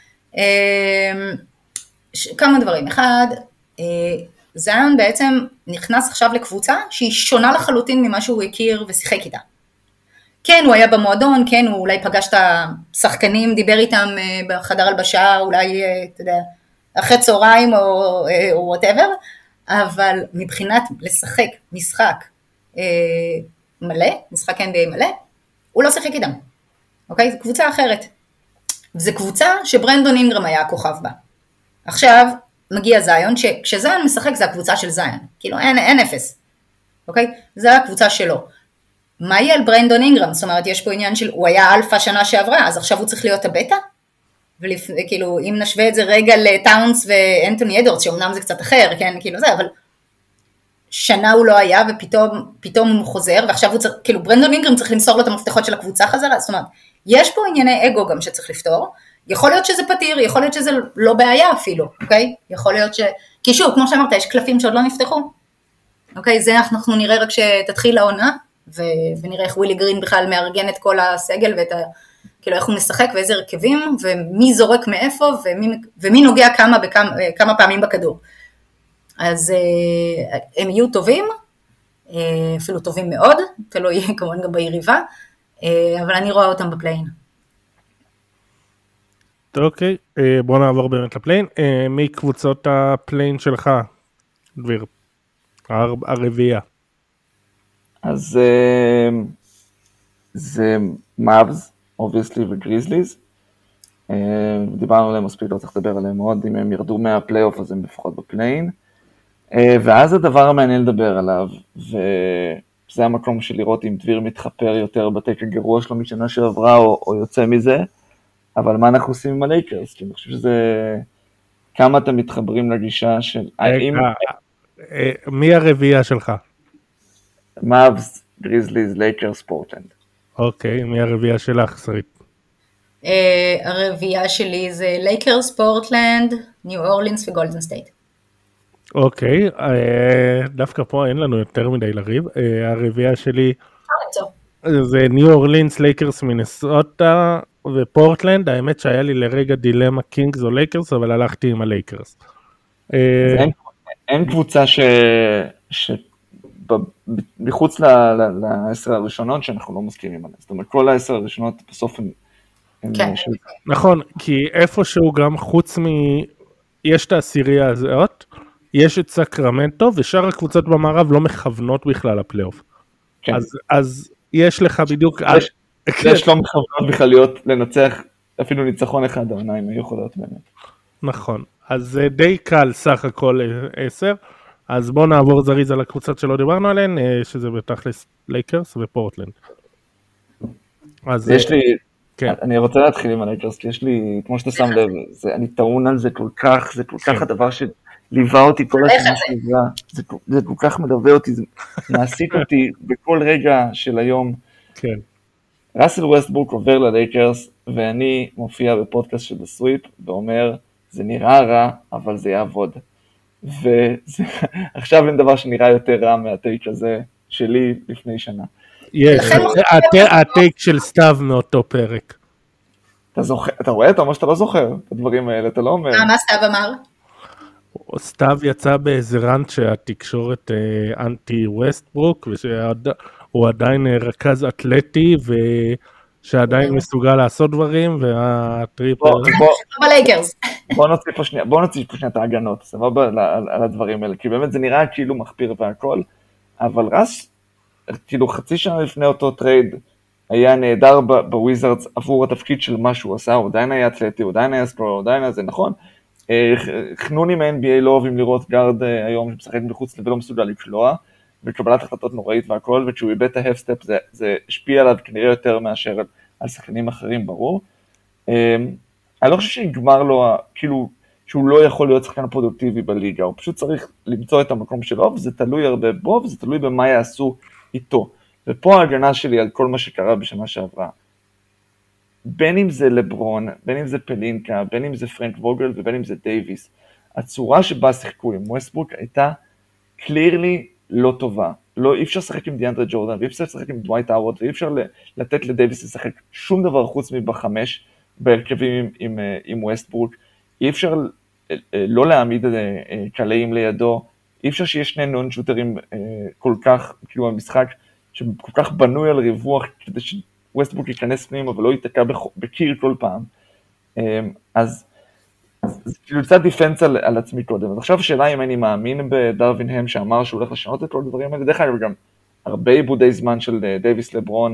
כמה דברים. אחד, זיון בעצם נכנס עכשיו לקבוצה שהיא שונה לחלוטין ממה שהוא הכיר ושיחק איתה. כן, הוא היה במועדון, כן, הוא אולי פגש את השחקנים, דיבר איתם בחדר הלבשה, אולי, אתה יודע, אחרי צהריים או whatever, אבל מבחינת לשחק משחק מלא, משחק אן בי איי מלא, הוא לא שיחק איתם. אוקיי? זו קבוצה אחרת. זו קבוצה שברנדון אינגרם היה הכוכב בה. עכשיו, מגיע זיון, שכשזיון משחק זה הקבוצה של זיון. כאילו, אין, אין אפס. אוקיי? זה הקבוצה שלו. מה יהיה על ברנדון אינגרם? זאת אומרת, יש פה עניין של, הוא היה אלפא שנה שעברה, אז עכשיו הוא צריך להיות הבטא? וכאילו, אם נשווה את זה רגע לטאונס ואנטוני אדוארדס, שאומנם זה קצת אחר, כן? כאילו זה, אבל שנה הוא לא היה, ופתאום, פתאום הוא חוזר, ועכשיו הוא צריך, כאילו, ברנדון אינגרם צריך למסור לו את המפתחות של הקבוצה חזרה, זאת אומרת, יש פה ענייני אגו גם שצריך לפתור, יכול להיות שזה פתיר, יכול להיות שזה לא בעיה אפילו, אוקיי? יכול להיות ש... כי שוב, כמו שאמרת, יש קלפים שעוד לא נפתחו, אוקיי? זה אנחנו נראה רק שתתחיל העונה, ו... ונראה איך ווילי גרין בכלל מארגן את כל הסגל, ואת ה... כאילו איך הוא משחק ואיזה הרכבים, ומי זורק מאיפה, ומי, ומי נוגע כמה, בכמה, כמה פעמים בכדור. אז הם יהיו טובים, אפילו טובים מאוד, תלוי כמובן גם ביריבה, אבל אני רואה אותם בפליין.
אוקיי, בוא נעבור באמת לפליין. מי קבוצות הפליין שלך, דביר? הרביעייה.
אז זה מאבס, אובייסלי וגריזליז. דיברנו עליהם מספיק, לא צריך לדבר עליהם מאוד, אם הם ירדו מהפלייאוף אז הם לפחות בפליין. ואז הדבר המעניין לדבר עליו, וזה המקום של לראות אם דביר מתחפר יותר בטק הגרוע שלו משנה שעברה, או, או יוצא מזה, אבל מה אנחנו עושים עם הלייקרס? כי אני חושב שזה, כמה אתם מתחברים לגישה של... האם...
מי הרביעייה שלך?
מאבס, גריזליז, לייקרס, פורטלנד.
אוקיי, מי הרביעייה שלך, שרית?
הרביעייה שלי זה לייקרס, פורטלנד, ניו אורלינס וגולדן סטייט.
אוקיי, דווקא פה אין לנו יותר מדי לריב. הרביעייה שלי זה ניו אורלינס, לייקרס, מינסוטה ופורטלנד. האמת שהיה לי לרגע דילמה קינגס או לייקרס, אבל הלכתי עם הלייקרס.
אין קבוצה ש... מחוץ לעשר הראשונות שאנחנו לא מסכימים עליהן. זאת אומרת, כל העשר הראשונות בסוף הם...
נכון, כי איפשהו גם חוץ מ... יש את העשירייה הזאת, יש את סקרמנטו, ושאר הקבוצות במערב לא מכוונות בכלל לפלייאוף. אז יש לך בדיוק...
יש לא מכוונות בכלל להיות לנצח אפילו ניצחון אחד, העונה אם היו יכולות באמת.
נכון, אז זה די קל סך הכל עשר. אז בואו נעבור זריז על הקבוצות שלא דיברנו עליהן, שזה בתכלס לייקרס ופורטלנד.
אז יש לי,
כן.
אני רוצה להתחיל עם הלייקרס, כי יש לי, כמו שאתה שם לב, זה, אני טעון על זה כל כך, זה כל כך
כן.
הדבר שליווה אותי כל השנה שעברה, זה, זה כל כך מלווה אותי, זה מעסיק אותי בכל רגע של היום.
כן.
ראסל ווסטברוק עובר ללייקרס, ואני מופיע בפודקאסט של הסוויפ, ואומר, זה נראה רע, אבל זה יעבוד. ועכשיו אין דבר שנראה יותר רע מהטייק הזה שלי לפני שנה.
יש, הטייק של סתיו מאותו פרק.
אתה זוכר, אתה רואה? אתה אומר שאתה לא זוכר את הדברים האלה, אתה לא אומר.
מה סתיו אמר?
סתיו יצא באיזה רנט שהתקשורת אנטי ווסטברוק, ושהוא עדיין רכז אתלטי, ושעדיין מסוגל לעשות דברים, והטריפל...
בוא נוציא פה שנייה, בוא נוציא פה שנייה את ההגנות, סבבה, על הדברים האלה, כי באמת זה נראה כאילו מחפיר והכל, אבל רס, כאילו חצי שנה לפני אותו טרייד, היה נהדר בוויזארדס עבור התפקיד של מה שהוא עשה, הוא עדיין היה אתלטי, הוא עדיין היה סקרול, הוא עדיין היה זה, נכון? חנונים מה-אן בי איי לא אוהבים לראות גארד היום שמשחק מחוץ ולא מסוגל לקלוע, וקבלת החלטות נוראית והכל, וכשהוא איבד את ההפסטפ זה השפיע עליו כנראה יותר מאשר על שחקנים אחרים, ברור. אני לא חושב שנגמר לו, כאילו, שהוא לא יכול להיות שחקן פרודוקטיבי בליגה, הוא פשוט צריך למצוא את המקום שלו, וזה תלוי הרבה בו, וזה תלוי במה יעשו איתו. ופה ההגנה שלי על כל מה שקרה בשנה שעברה. בין אם זה לברון, בין אם זה פלינקה, בין אם זה פרנק ווגל ובין אם זה דייביס, הצורה שבה שיחקו עם ווסטברוק הייתה קלירלי לא טובה. לא, אי אפשר לשחק עם דיאנדרה ג'ורדן, ואי אפשר לשחק עם דווייט האוורד, ואי אפשר לתת לדייביס לשחק שום דבר חוץ מבחמש, בהרכבים עם, עם, עם ווסטברוק. אי אפשר לא להעמיד קלעים לידו, אי אפשר שיש שני נון שוטרים כל כך, כאילו המשחק שכל כך בנוי על ריווח, כדי שווסטברוק ייכנס פנים, אבל לא ייתקע בקיר כל פעם. אז זה כאילו קצת דיפנס על, על עצמי קודם. אז עכשיו השאלה אם אני מאמין בדרווין הם שאמר שהוא הולך לשנות את כל הדברים האלה, דרך אגב גם הרבה עיבודי זמן של דייביס לברון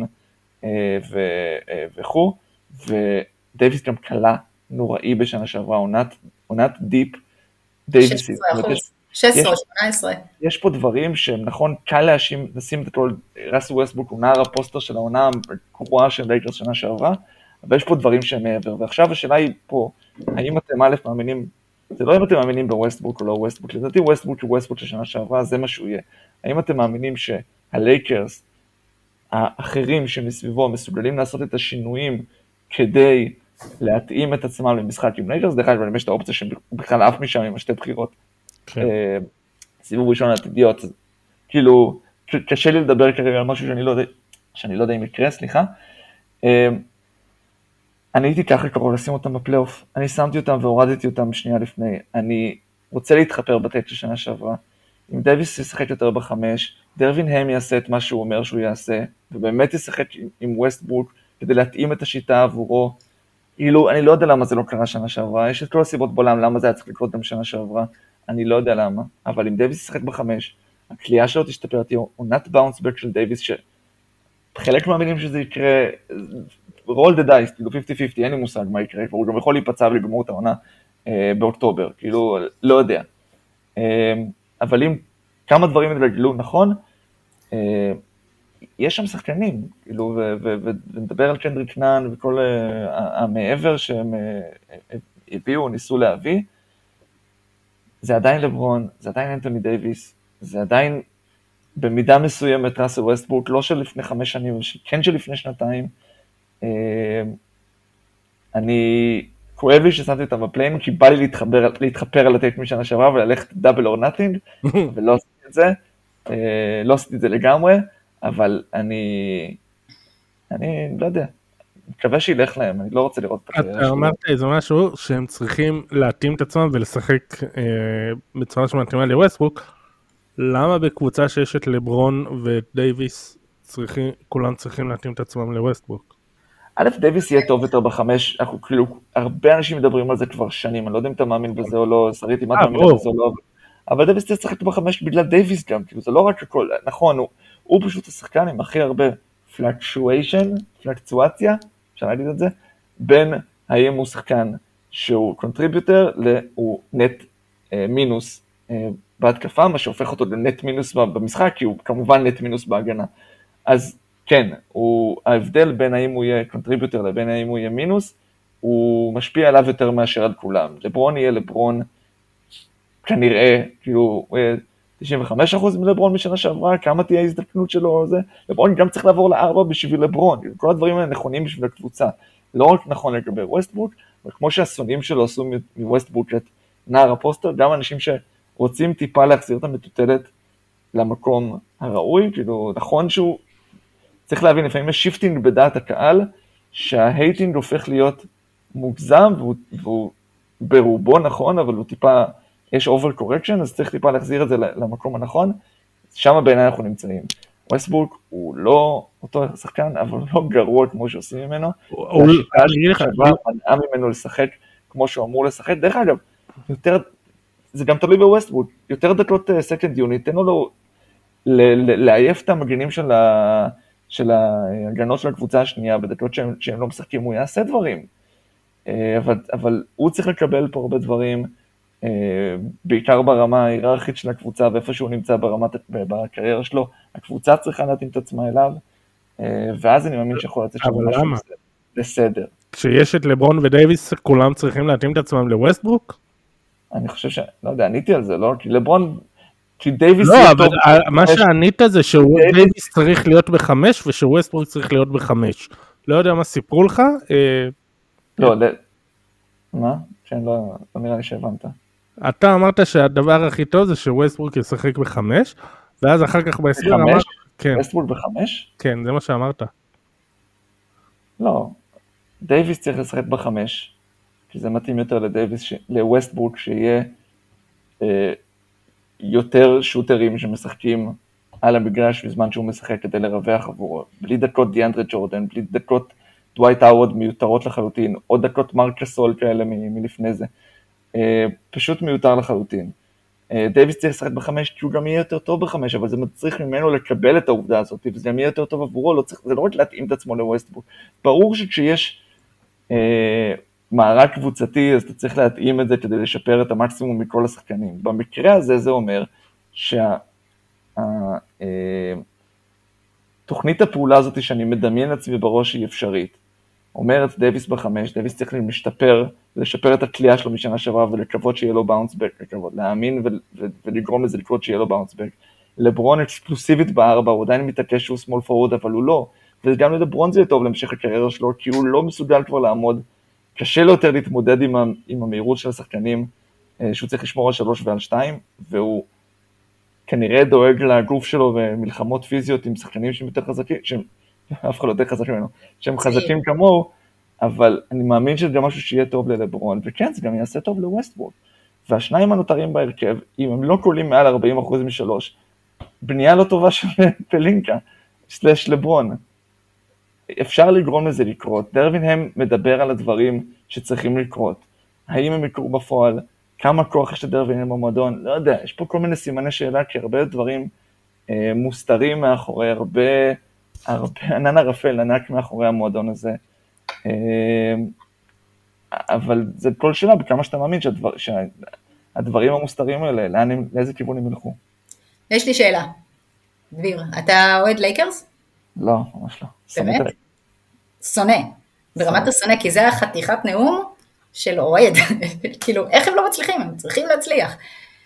וכו', ודייביס גם קלה נוראי בשנה שעברה, עונת, עונת דיפ דייביס.
שש עשרה, שמונה עשרה.
יש פה דברים שהם נכון, קל להשים, נשים את הכל, ראסל ווסטברוק הוא נער הפוסטר של העונה הקרועה של לייקרס שנה שעברה, אבל יש פה דברים שהם מעבר, ועכשיו השאלה היא פה, האם אתם א' מאמינים, זה לא אם אתם מאמינים בווסטברוק או לא ווסטברוק, לדעתי ווסטברוק הוא ווסטברוק של שנה שעברה, זה מה שהוא יהיה. האם אתם מאמינים שהלייקרס, האחרים שמסביבו, מסוגלים לעשות את השינויים כדי להתאים את עצמם למשחק עם לייקרס, דרך אגב, יש את האופציה שבכלל אף משם עם השתי בחירות. סיבוב ראשון עתידיות, כאילו, קשה לי לדבר כרגע על משהו שאני לא יודע, שאני לא יודע אם יקרה, סליחה. אני הייתי ככה קרוב לשים אותם בפלייאוף, אני שמתי אותם והורדתי אותם שנייה לפני, אני רוצה להתחפר בטקסט של שנה שעברה, אם דייביס ישחק יותר בחמש, דרווין הם יעשה את מה שהוא אומר שהוא יעשה, ובאמת ישחק עם ווסטברוק כדי להתאים את השיטה עבורו, אילו, אני לא יודע למה זה לא קרה שנה שעברה, יש את כל הסיבות בעולם למה זה היה צריך לקרות גם שנה שעברה, אני לא יודע למה, אבל אם דייביס ישחק בחמש, הקליעה שלו תשתפר, תהיה עונת באונס בק של דייביס, שחלק מאמינים שזה יקרה, roll the dice, כאילו חמישים חמישים, אין לי מושג מה יקרה, הוא גם יכול להיפצע ולגמור את העונה אה, באוקטובר, כאילו, לא יודע. אה, אבל אם כמה דברים יתגלגלו נכון, אה, יש שם שחקנים, כאילו, ונדבר על קנדריק נאן וכל אה, המעבר שהם אה, הביאו, ניסו להביא, זה עדיין לברון, זה עדיין אנתוני דייביס, זה עדיין במידה מסוימת ראסל ווסטברוק, לא של לפני חמש שנים, כן של לפני שנתיים. אני כואב לי ששמתי אותם בפליין, כי בא לי להתחבר, להתחפר על הטייק משנה שעברה וללכת דאבל אור נאטינג, ולא עשיתי את זה, לא עשיתי את זה לגמרי, אבל אני, אני לא יודע, מקווה שילך להם, אני לא רוצה לראות את הקריירה שלהם.
אתה אמרת איזה משהו שהם צריכים להתאים את עצמם ולשחק בצורה שמתאימה לווסטברוק, למה בקבוצה שיש את לברון ואת דייביס, כולם צריכים להתאים את עצמם לווסטברוק?
א', דייביס יהיה טוב יותר בחמש, אנחנו כאילו, הרבה אנשים מדברים על זה כבר שנים, אני לא יודע אם אתה מאמין בזה או לא, שרית, אם אתה מאמין בזה או לא, אבל דייביס צריך לשחק בחמש בגלל דייביס גם, כאילו זה לא רק הכל, נכון, הוא, הוא פשוט השחקן עם הכי הרבה פלקטואשן, פלקטואציה, אפשר להגיד את זה, בין האם הוא שחקן שהוא קונטריביוטר, הוא נט אה, מינוס אה, בהתקפה, מה שהופך אותו לנט מינוס במשחק, כי הוא כמובן נט מינוס בהגנה. אז כן, הוא, ההבדל בין האם הוא יהיה קונטריביוטר לבין האם הוא יהיה מינוס, הוא משפיע עליו יותר מאשר על כולם. לברון יהיה לברון, כנראה, כאילו, תשעים וחמישה אחוז מלברון משנה שעברה, כמה תהיה ההזדקנות שלו או זה, לברון גם צריך לעבור לארבע בשביל לברון, כל הדברים האלה נכונים בשביל הקבוצה, לא רק נכון לגבי ווסטברוק, אבל כמו שהשונאים שלו עשו מווסטברוק את נער הפוסטר, גם אנשים שרוצים טיפה להחזיר את המטוטלת למקום הראוי, כאילו נכון שהוא, צריך להבין, לפעמים יש שיפטינג בדעת הקהל, שההייטינג הופך להיות מוגזם, והוא, והוא ברובו נכון, אבל הוא טיפה, יש אובר קורקשן, אז צריך טיפה להחזיר את זה למקום הנכון, שם בעיניי אנחנו נמצאים. ווסטברוק הוא לא אותו שחקן, אבל הוא לא גרוע כמו שעושים ממנו, והשיטה שבה מנעה ממנו לשחק כמו שהוא אמור לשחק, דרך אגב, יותר, זה גם תלוי בווסטברוק, יותר דקות סקנד יוניט, תן לו לעייף את המגנים של ה... של ההגנות של הקבוצה השנייה, בדקות שהם, שהם לא משחקים, הוא יעשה דברים. אבל, אבל הוא צריך לקבל פה הרבה דברים, בעיקר ברמה ההיררכית של הקבוצה, ואיפה שהוא נמצא ברמת, בקריירה שלו, הקבוצה צריכה להתאים את עצמה אליו, ואז אני מאמין שיכול לצאת שם משהו בסדר.
כשיש את לברון ודייביס, כולם צריכים להתאים את עצמם לווסטברוק?
אני חושב ש... לא יודע, עניתי על זה, לא? כי לברון... כי דייביס...
לא, אבל מה שענית זה שדייביס צריך להיות בחמש, ושוווסטברוק צריך להיות בחמש. לא יודע מה סיפרו לך?
לא, מה? כן, לא נראה לי שהבנת.
אתה אמרת שהדבר הכי טוב זה שווסטברוק ישחק בחמש, ואז אחר כך בעשרה אמרת...
ווסטברוק בחמש?
כן, זה מה שאמרת.
לא, דייביס צריך לשחק בחמש, כי זה מתאים יותר לדייביס, לווסטברוק שיהיה... יותר שוטרים שמשחקים על המגרש בזמן שהוא משחק כדי לרווח עבורו, בלי דקות דיאנדרה ג'ורדן, בלי דקות דווייט האוורד מיותרות לחלוטין, או דקות מרק גסול כאלה מ- מלפני זה, פשוט מיותר לחלוטין. דייביס צריך לשחק בחמש, כי הוא גם יהיה יותר טוב בחמש, אבל זה מצריך ממנו לקבל את העובדה הזאת, וזה גם יהיה יותר טוב עבורו, לא צריך, זה לא רק להתאים את עצמו לווסטברוק. ברור שכשיש אה, מערך קבוצתי, אז אתה צריך להתאים את זה כדי לשפר את המקסימום מכל השחקנים. במקרה הזה זה אומר שה... ה, אה, תוכנית הפעולה הזאת שאני מדמיין לעצמי בראש היא אפשרית. אומרת דייביס בחמש, דייביס צריך להשתפר, לשפר את הקליעה שלו משנה שעברה ולקוות שיהיה לו באונס בק, לקוות, להאמין ו- ו- ולגרום לזה לקרות שיהיה לו באונס בק. לברון אקסקלוסיבית בארבע, הוא עדיין מתעקש שהוא small forward, אבל הוא לא. וגם לברון זה טוב להמשך הקריירה שלו, כי הוא לא מסוגל כבר לעמוד, קשה לו יותר להתמודד עם, ה- עם המהירות של השחקנים, שהוא צריך לשמור על שלוש ועל שתיים, והוא כנראה דואג לגוף שלו ומלחמות פיזיות עם שחקנים שהם יותר חזקים, שהם אף אחד לא יותר חזקים ממנו, שהם חזקים כמוהו, אבל אני מאמין שזה גם משהו שיהיה טוב ללברון, וכן, זה גם יעשה טוב לווסטברוק. והשניים הנותרים בהרכב, אם הם לא קולים מעל ארבעים אחוז משלוש, בנייה לא טובה של פלינקה, סלש לברון. אפשר לגרום לזה לקרות. דרווינהם מדבר על הדברים שצריכים לקרות. האם הם יקרו בפועל? כמה כוח יש לדרווינהם במועדון? לא יודע, יש פה כל מיני סימני שאלה, כי הרבה דברים אה, מוסתרים מאחורי, הרבה... הרבה ענן ערפל ענק מאחורי המועדון הזה, אבל זה כל שאלה בכמה שאתה מאמין שהדבר, שהדברים המוסתרים האלה, לאן הם, לאיזה כיוון הם ילכו.
יש לי שאלה, דביר, אתה אוהד לייקרס?
לא, ממש לא.
באמת? שונא, ברמת השונא, כי זה החתיכת נאום של אוהד, כאילו, איך הם לא מצליחים? הם צריכים להצליח.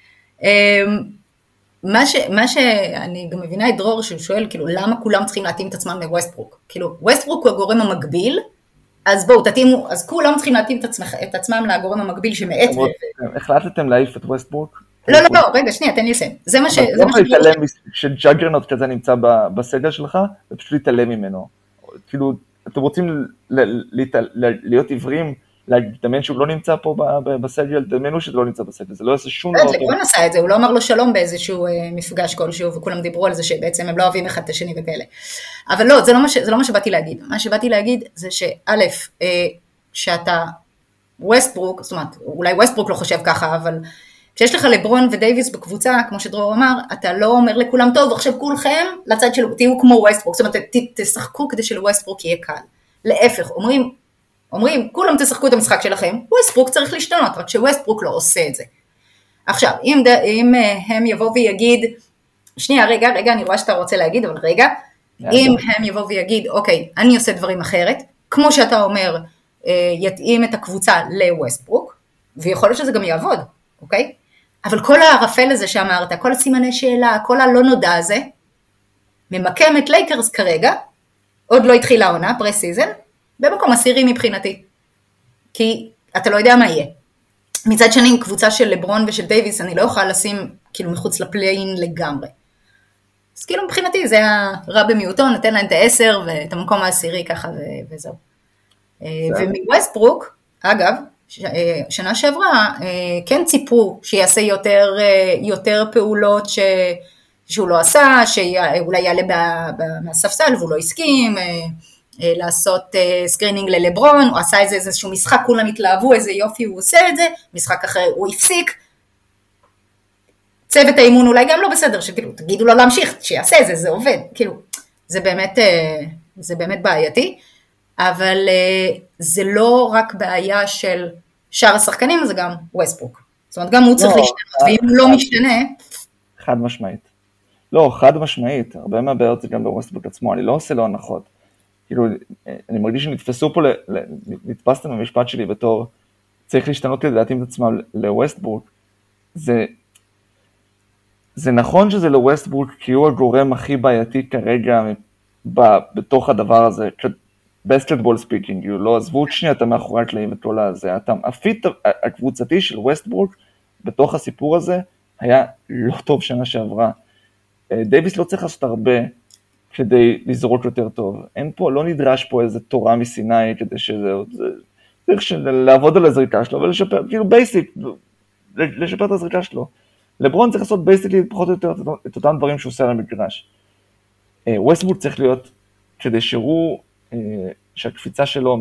מה ש, מה שאני גם מבינה את דרור שהוא שואל, כאילו, למה כולם צריכים להתאים את עצמם לווסטברוק? כאילו, ווסטברוק הוא הגורם המקביל, אז בואו, תתאימו, אז כולם צריכים להתאים את, עצמך, את עצמם לגורם המקביל שמעט.
החלטתם להעיף את ווסטברוק?
לא, לא, לא, רגע, שנייה, תן לי לסיים. זה מה ש...
לא יכול להתעלם שג'אגרנוט כזה נמצא בסגל שלך, ופשוט להתעלם ממנו. כאילו, אתם רוצים להיות עיוורים, לדמיין שהוא לא נמצא פה בסגל, דמיינו שזה לא נמצא בסגל, זה לא יעשה שום דבר.
לברון עשה את זה, הוא לא אמר לו שלום באיזשהו מפגש כלשהו, וכולם דיברו על זה שבעצם הם לא אוהבים אחד את השני וכאלה. אבל לא, זה לא מה, זה לא מה שבאתי להגיד. מה שבאתי להגיד זה שא', שאתה ווסטברוק, זאת אומרת, אולי ווסטברוק לא חושב ככה, אבל כשיש לך לברון ודייביס בקבוצה, כמו שדרור אמר, אתה לא אומר לכולם טוב, עכשיו כולכם לצד שלו, תהיו כמו ווסטברוק, זאת אומרת, תשחקו כדי שלווסטברוק יהיה קל. להפך, אומרים, אומרים, כולם תשחקו את המשחק שלכם, ווסטברוק צריך להשתנות, רק שווסטברוק לא עושה את זה. עכשיו, אם, ד... אם הם יבוא ויגיד, שנייה, רגע, רגע, אני רואה שאתה רוצה להגיד, אבל רגע, אם הם יבואו ויגיד, אוקיי, אני עושה דברים אחרת, כמו שאתה אומר, יתאים את הקבוצה לווסטברוק, ויכול להיות שזה גם יעבוד, אוקיי? אבל כל הערפל הזה שאמרת, כל הסימני שאלה, כל הלא נודע הזה, ממקם את לייקרס כרגע, עוד לא התחילה העונה, פרסיזן, במקום עשירי מבחינתי. כי אתה לא יודע מה יהיה. מצד שני, עם קבוצה של לברון ושל דייביס, אני לא אוכל לשים כאילו מחוץ לפליין לגמרי. אז כאילו מבחינתי זה הרע במיעוטו, נתן להם את העשר ואת המקום העשירי ככה וזהו. ומווסטברוק, אגב, שנה שעברה, כן ציפו שיעשה יותר, יותר פעולות ש, שהוא לא עשה, שאולי יעלה מהספסל והוא לא הסכים, לעשות סקרינינג ללברון, הוא עשה איזה, איזשהו משחק, כולם התלהבו, איזה יופי הוא עושה את זה, משחק אחר הוא הפסיק, צוות האימון אולי גם לא בסדר, שכאילו תגידו לו להמשיך, שיעשה זה, זה עובד, כאילו, זה באמת, זה באמת בעייתי, אבל זה לא רק בעיה של שאר השחקנים, זה גם ווסטברוק, זאת אומרת גם הוא צריך להשתנות, ואם הוא לא משתנה,
חד משמעית, לא, חד משמעית, הרבה מהבעיות זה גם בווסטברוק עצמו, אני לא עושה לו הנחות, כאילו, אני מרגיש שנתפסו פה, נתפסתם במשפט שלי בתור, צריך להשתנות כדי להתאים את עצמם לווסטברוק, זה, זה נכון שזה לווסטברוק, כי הוא הגורם הכי בעייתי כרגע, בתוך הדבר הזה, בסקטבול ספיקינג, לא עזבו את שנייה, אתה מאחורי הקלעים וכל הזה, הפיט הקבוצתי של ווסטברוק, בתוך הסיפור הזה, היה לא טוב שנה שעברה, דייביס לא צריך לעשות הרבה, כדי לזרוק יותר טוב. אין פה, לא נדרש פה איזה תורה מסיני, כדי שזה, צריך לעבוד על הזריקה שלו, ולשפר, כאילו בייסיק, לשפר את הזריקה שלו. לברון צריך לעשות בייסיקלי פחות או יותר את אותם דברים שהוא עושה על המגרש. ווסטברוק צריך להיות, כדי שהוא, שהקפיצה שלו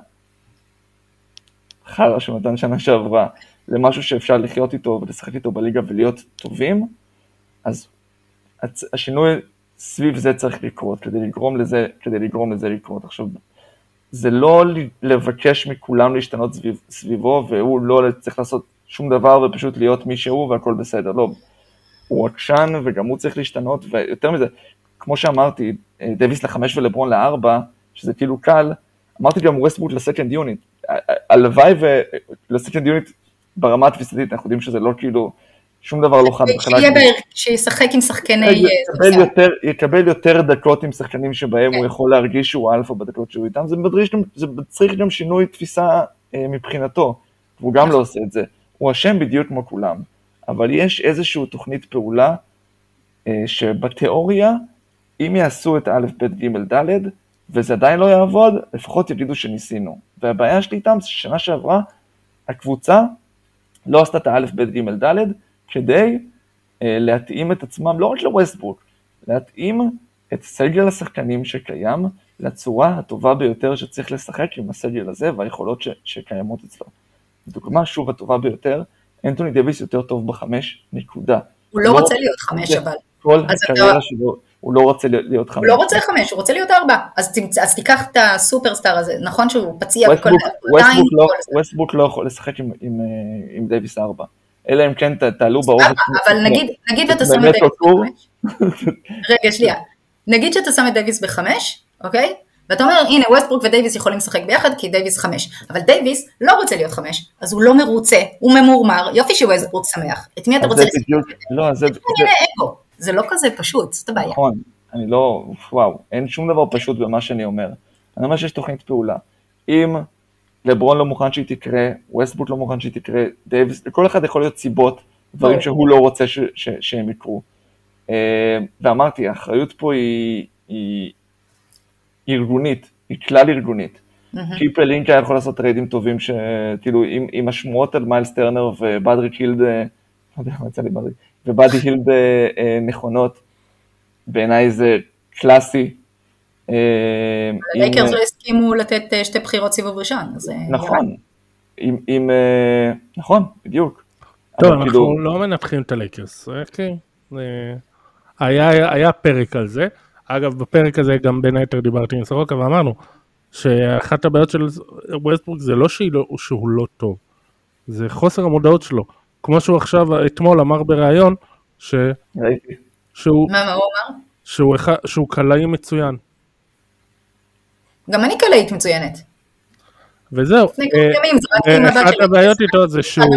מהחרא שנתן שנה שעברה, למשהו שאפשר לחיות איתו ולשחק איתו בליגה ולהיות טובים, אז השינוי סביב זה צריך לקרות, כדי לגרום לזה, כדי לגרום לזה לקרות. עכשיו, זה לא לבקש מכולם להשתנות סביב, סביבו, והוא לא צריך לעשות שום דבר ופשוט להיות מי שהוא והכל בסדר. לא, הוא עקשן וגם הוא צריך להשתנות, ויותר מזה, כמו שאמרתי, דייביס לחמש ולברון לארבע, שזה כאילו קל, אמרתי גם ווסטברוק לסקנד יוניט. הלוואי ולסקנד יוניט ברמה התפיסתית, אנחנו יודעים שזה לא כאילו, שום דבר לא חד וחלק.
שישחק עם שחקני...
יקבל יותר דקות עם שחקנים שבהם הוא יכול להרגיש שהוא אלפא בדקות שהוא איתם, זה צריך גם שינוי תפיסה מבחינתו, והוא גם לא עושה את זה. הוא אשם בדיוק כמו כולם, אבל יש איזושהי תוכנית פעולה, שבתיאוריה, אם יעשו את א', ב', ג', ד', וזה עדיין לא יעבוד, לפחות יגידו שניסינו. והבעיה שלי איתם, שנה שעברה, הקבוצה לא עשתה את הא', ב', ג', ד', כדי uh, להתאים את עצמם, לא רק לווסטברוק, להתאים את סגל השחקנים שקיים לצורה הטובה ביותר שצריך לשחק עם הסגל הזה והיכולות ש- שקיימות אצלו. דוגמה, שוב, הטובה ביותר, אנטוני דייביס יותר טוב בחמש, נקודה.
הוא לא, לא רוצה להיות חמש, אבל.
כל הקריירה אתה... שלו, הוא לא רוצה להיות חמש.
הוא לא רוצה חמש, הוא רוצה להיות ארבע. אז, תמצ... אז תיקח את הסופרסטאר הזה, נכון שהוא פציע
וכל... ווסטברוק לא יכול לשחק עם, עם, עם דייביס ארבע. אלא אם כן תעלו באור.
אבל נגיד, נגיד ואתה שם את דייביס בחמש. רגע, שנייה. נגיד שאתה שם את דייביס בחמש, אוקיי? ואתה אומר, הנה, ווסטברוק ודייביס יכולים לשחק ביחד, כי דייביס חמש. אבל דייביס לא רוצה להיות חמש, אז הוא לא מרוצה, הוא ממורמר, יופי שווסטברוק שמח. את מי אתה רוצה לשחק?
לא, זה...
זה לא כזה פשוט, זאת הבעיה.
נכון, אני לא, וואו, אין שום דבר פשוט במה שאני אומר. אני אומר שיש תוכנית פעולה. אם לברון לא מוכן שהיא תקרה, ווסטברוק לא מוכן שהיא תקרה, דייביס, לכל אחד יכול להיות סיבות, דברים שהוא לא רוצה ש, ש, שהם יקרו. ואמרתי, האחריות פה היא, היא ארגונית, היא כלל ארגונית. קיפ לינק היה יכול לעשות טריידים טובים, שכאילו, עם, עם השמועות על מיילס טרנר ובאדרי קילד, לא יודע מה יצא לי באדרי, ובאדי הילד נכונות, בעיניי זה קלאסי.
הלייקרס לא הסכימו לתת שתי בחירות סיבוב ראשון.
נכון, נכון, בדיוק.
טוב, אנחנו לא מנתחים את הלייקרס, היה פרק על זה, אגב בפרק הזה גם בין היתר דיברתי עם סורוקה ואמרנו, שאחת הבעיות של ווסטברוק זה לא שהוא לא טוב, זה חוסר המודעות שלו. כמו שהוא עכשיו, אתמול אמר בראיון, ש...
שהוא... מה, מה הוא אמר?
שהוא, שהוא קלעי מצוין.
גם אני קלעית מצוינת.
וזהו. אחת הבעיות איתו זה שהוא...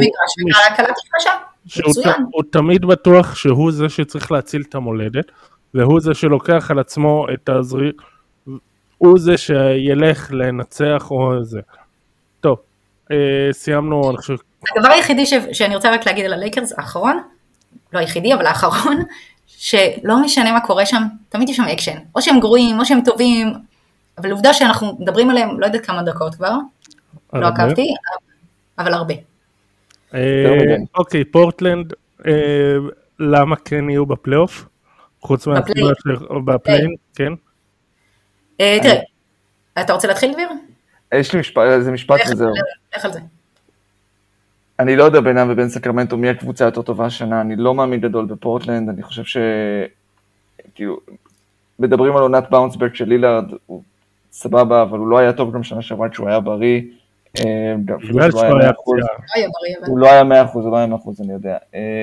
שהוא תמיד בטוח שהוא זה שצריך להציל את המולדת, והוא זה שלוקח על עצמו את הזריק, הוא זה שילך לנצח או זה. טוב, סיימנו, אני חושב...
הדבר היחידי שאני רוצה רק להגיד על הלייקרס, האחרון, לא היחידי, אבל האחרון, שלא משנה מה קורה שם, תמיד יש שם אקשן. או שהם גרועים, או שהם טובים, אבל עובדה שאנחנו מדברים עליהם, לא יודעת כמה דקות כבר, לא עקבתי, אבל הרבה.
אוקיי, פורטלנד, למה כן יהיו בפלייאוף? חוץ מהסיבה שבפליין, כן?
תראה, אתה רוצה להתחיל דביר?
יש לי משפט, זה משפט וזהו.
איך על זה?
אני לא יודע בינם ובין סקרמנטו מי הקבוצה יותר טובה השנה, אני לא מאמין גדול בפורטלנד, אני חושב ש... כאילו, מדברים על עונת באונסברג של לילארד, הוא סבבה, אבל הוא לא היה טוב גם שנה שעברה כשהוא היה בריא.
בגלל שהוא היה
אחוז. הוא לא היה מאה אחוז, הוא לא היה מאה אחוז, אני יודע.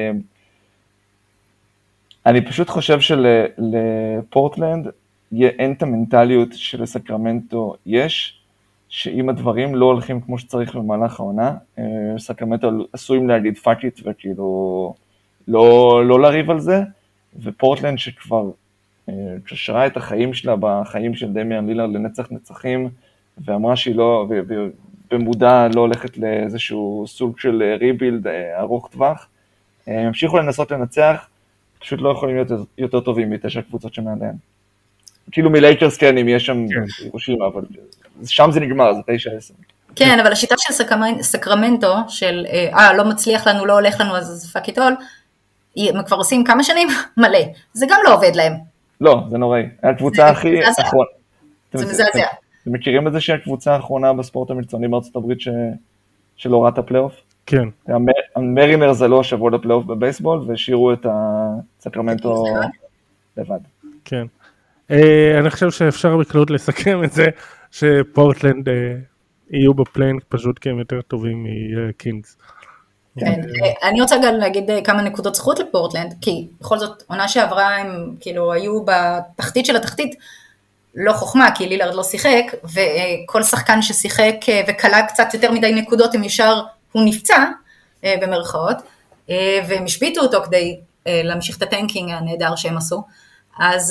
אני פשוט חושב שלפורטלנד אין את המנטליות שלסקרמנטו יש, שאם הדברים לא הולכים כמו שצריך במהלך העונה, סקרמנטו עשויים להגיד fuck it וכאילו לא, לא לריב על זה, ופורטלנד שכבר קשרה את החיים שלה בחיים של דמיאן לילארד לנצח נצחים, ואמרה שהיא לא, במודע לא הולכת לאיזשהו סוג של ריבילד ארוך טווח, המשיכו לנסות לנצח, פשוט לא יכולים להיות יותר טובים מתשע קבוצות שמעליהן. כאילו מלייקרס כן, אם יש שם ירושים, אבל שם זה נגמר, זה תשע עשר.
כן, אבל השיטה של סקרמנטו, של אה, לא מצליח לנו, לא הולך לנו, אז פאק איט אול, הם כבר עושים כמה שנים? מלא. זה גם לא עובד להם.
לא, זה נוראי. הקבוצה הכי אחרונה.
זה מזעזע.
אתם מכירים את זה שהקבוצה האחרונה בספורט המקצועני בארצות הברית שלא ראה את הפלייאוף?
כן.
המרינרס עלו השבוע לפלייאוף בבייסבול, והשאירו את הסקרמנטו לבד.
כן. אני חושב שאפשר בקלות לסכם את זה, שפורטלנד יהיו בפליין פשוט כי הם יותר טובים מקינגס.
כן, אני רוצה גם להגיד כמה נקודות זכות לפורטלנד, כי בכל זאת עונה שעברה הם כאילו היו בתחתית של התחתית, לא חוכמה, כי לילארד לא שיחק, וכל שחקן ששיחק וקלה קצת יותר מדי נקודות, הם ישר, הוא נפצע במרכאות, והם השביטו אותו כדי להמשיך את הטנקינג הנהדר שהם עשו, אז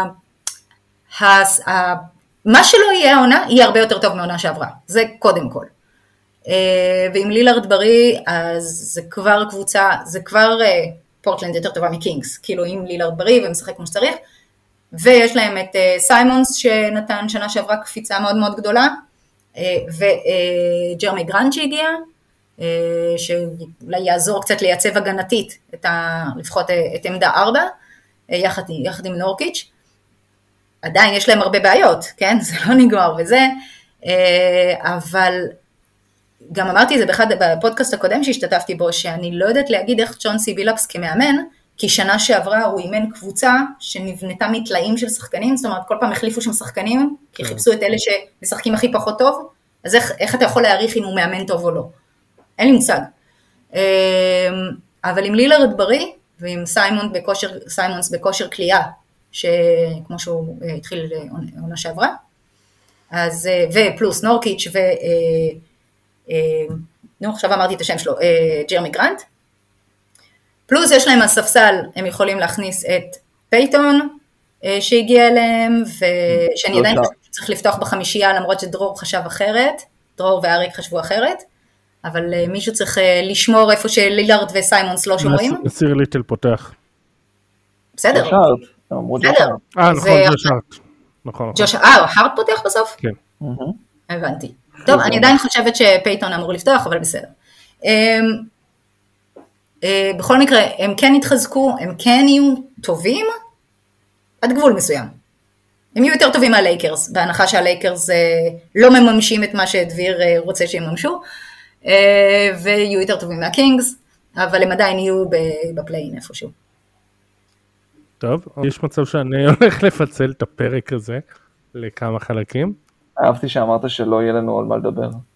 מה שלא יהיה העונה, יהיה הרבה יותר טוב מעונה שעברה, זה קודם כל. ואם לילארד בריא, אז זה כבר קבוצה, זה כבר פורטלנד יותר טובה מקינגס, כאילו אם לילארד בריא ומשחק כמו שצריך, ויש להם את סיימונס שנתן שנה שעברה קפיצה מאוד מאוד גדולה, וג'רמי גרנט שהגיע, שאולי יעזור קצת לייצב הגנתית, את ה, לפחות את עמדה ארבע, יחד, יחד עם נורקיץ'. עדיין יש להם הרבה בעיות, כן? זה לא נגמר וזה, אבל גם אמרתי את זה באחד, בפודקאסט הקודם שהשתתפתי בו, שאני לא יודעת להגיד איך צ'ונסי בילאפס כמאמן, כי שנה שעברה הוא אימן קבוצה שנבנתה מתלאים של שחקנים, זאת אומרת כל פעם החליפו שם שחקנים, כי חיפשו את אלה שמשחקים הכי פחות טוב, אז איך, איך אתה יכול להעריך אם הוא מאמן טוב או לא? אין לי מושג. אבל עם לילארד בריא, ועם סיימון בכושר, סיימונס בכושר קליעה, שכמו שהוא התחיל עונה שעברה, אז, ופלוס נורקיץ' ו... נו, עכשיו אמרתי את השם שלו, ג'רמי גרנט, פלוס יש להם הספסל, הם יכולים להכניס את פייטון שהגיע אליהם, ושאני עדיין צריך לפתוח בחמישייה, למרות שדרור חשב אחרת, דרור ואריק חשבו אחרת, אבל מישהו צריך לשמור איפה שלילארד וסיימונס לא שומרים.
נסיר ליטל פותח.
בסדר.
בסדר. אה, נכון, ג'וש הארט. נכון.
ג'וש הארט פותח בסוף?
כן.
הבנתי. טוב, אני עדיין חושבת שפייטון אמור לפתוח, אבל בסדר. בכל מקרה, הם כן יתחזקו, הם כן יהיו טובים, עד גבול מסוים. הם יהיו יותר טובים מהלייקרס, בהנחה שהלייקרס לא מממשים את מה שדביר רוצה שהם יממשו, ויהיו יותר טובים מהקינגס, אבל הם עדיין יהיו בפליין איפשהו.
טוב, יש מצב שאני הולך לפצל את הפרק הזה לכמה חלקים.
אהבתי שאמרת שלא יהיה לנו על מה לדבר.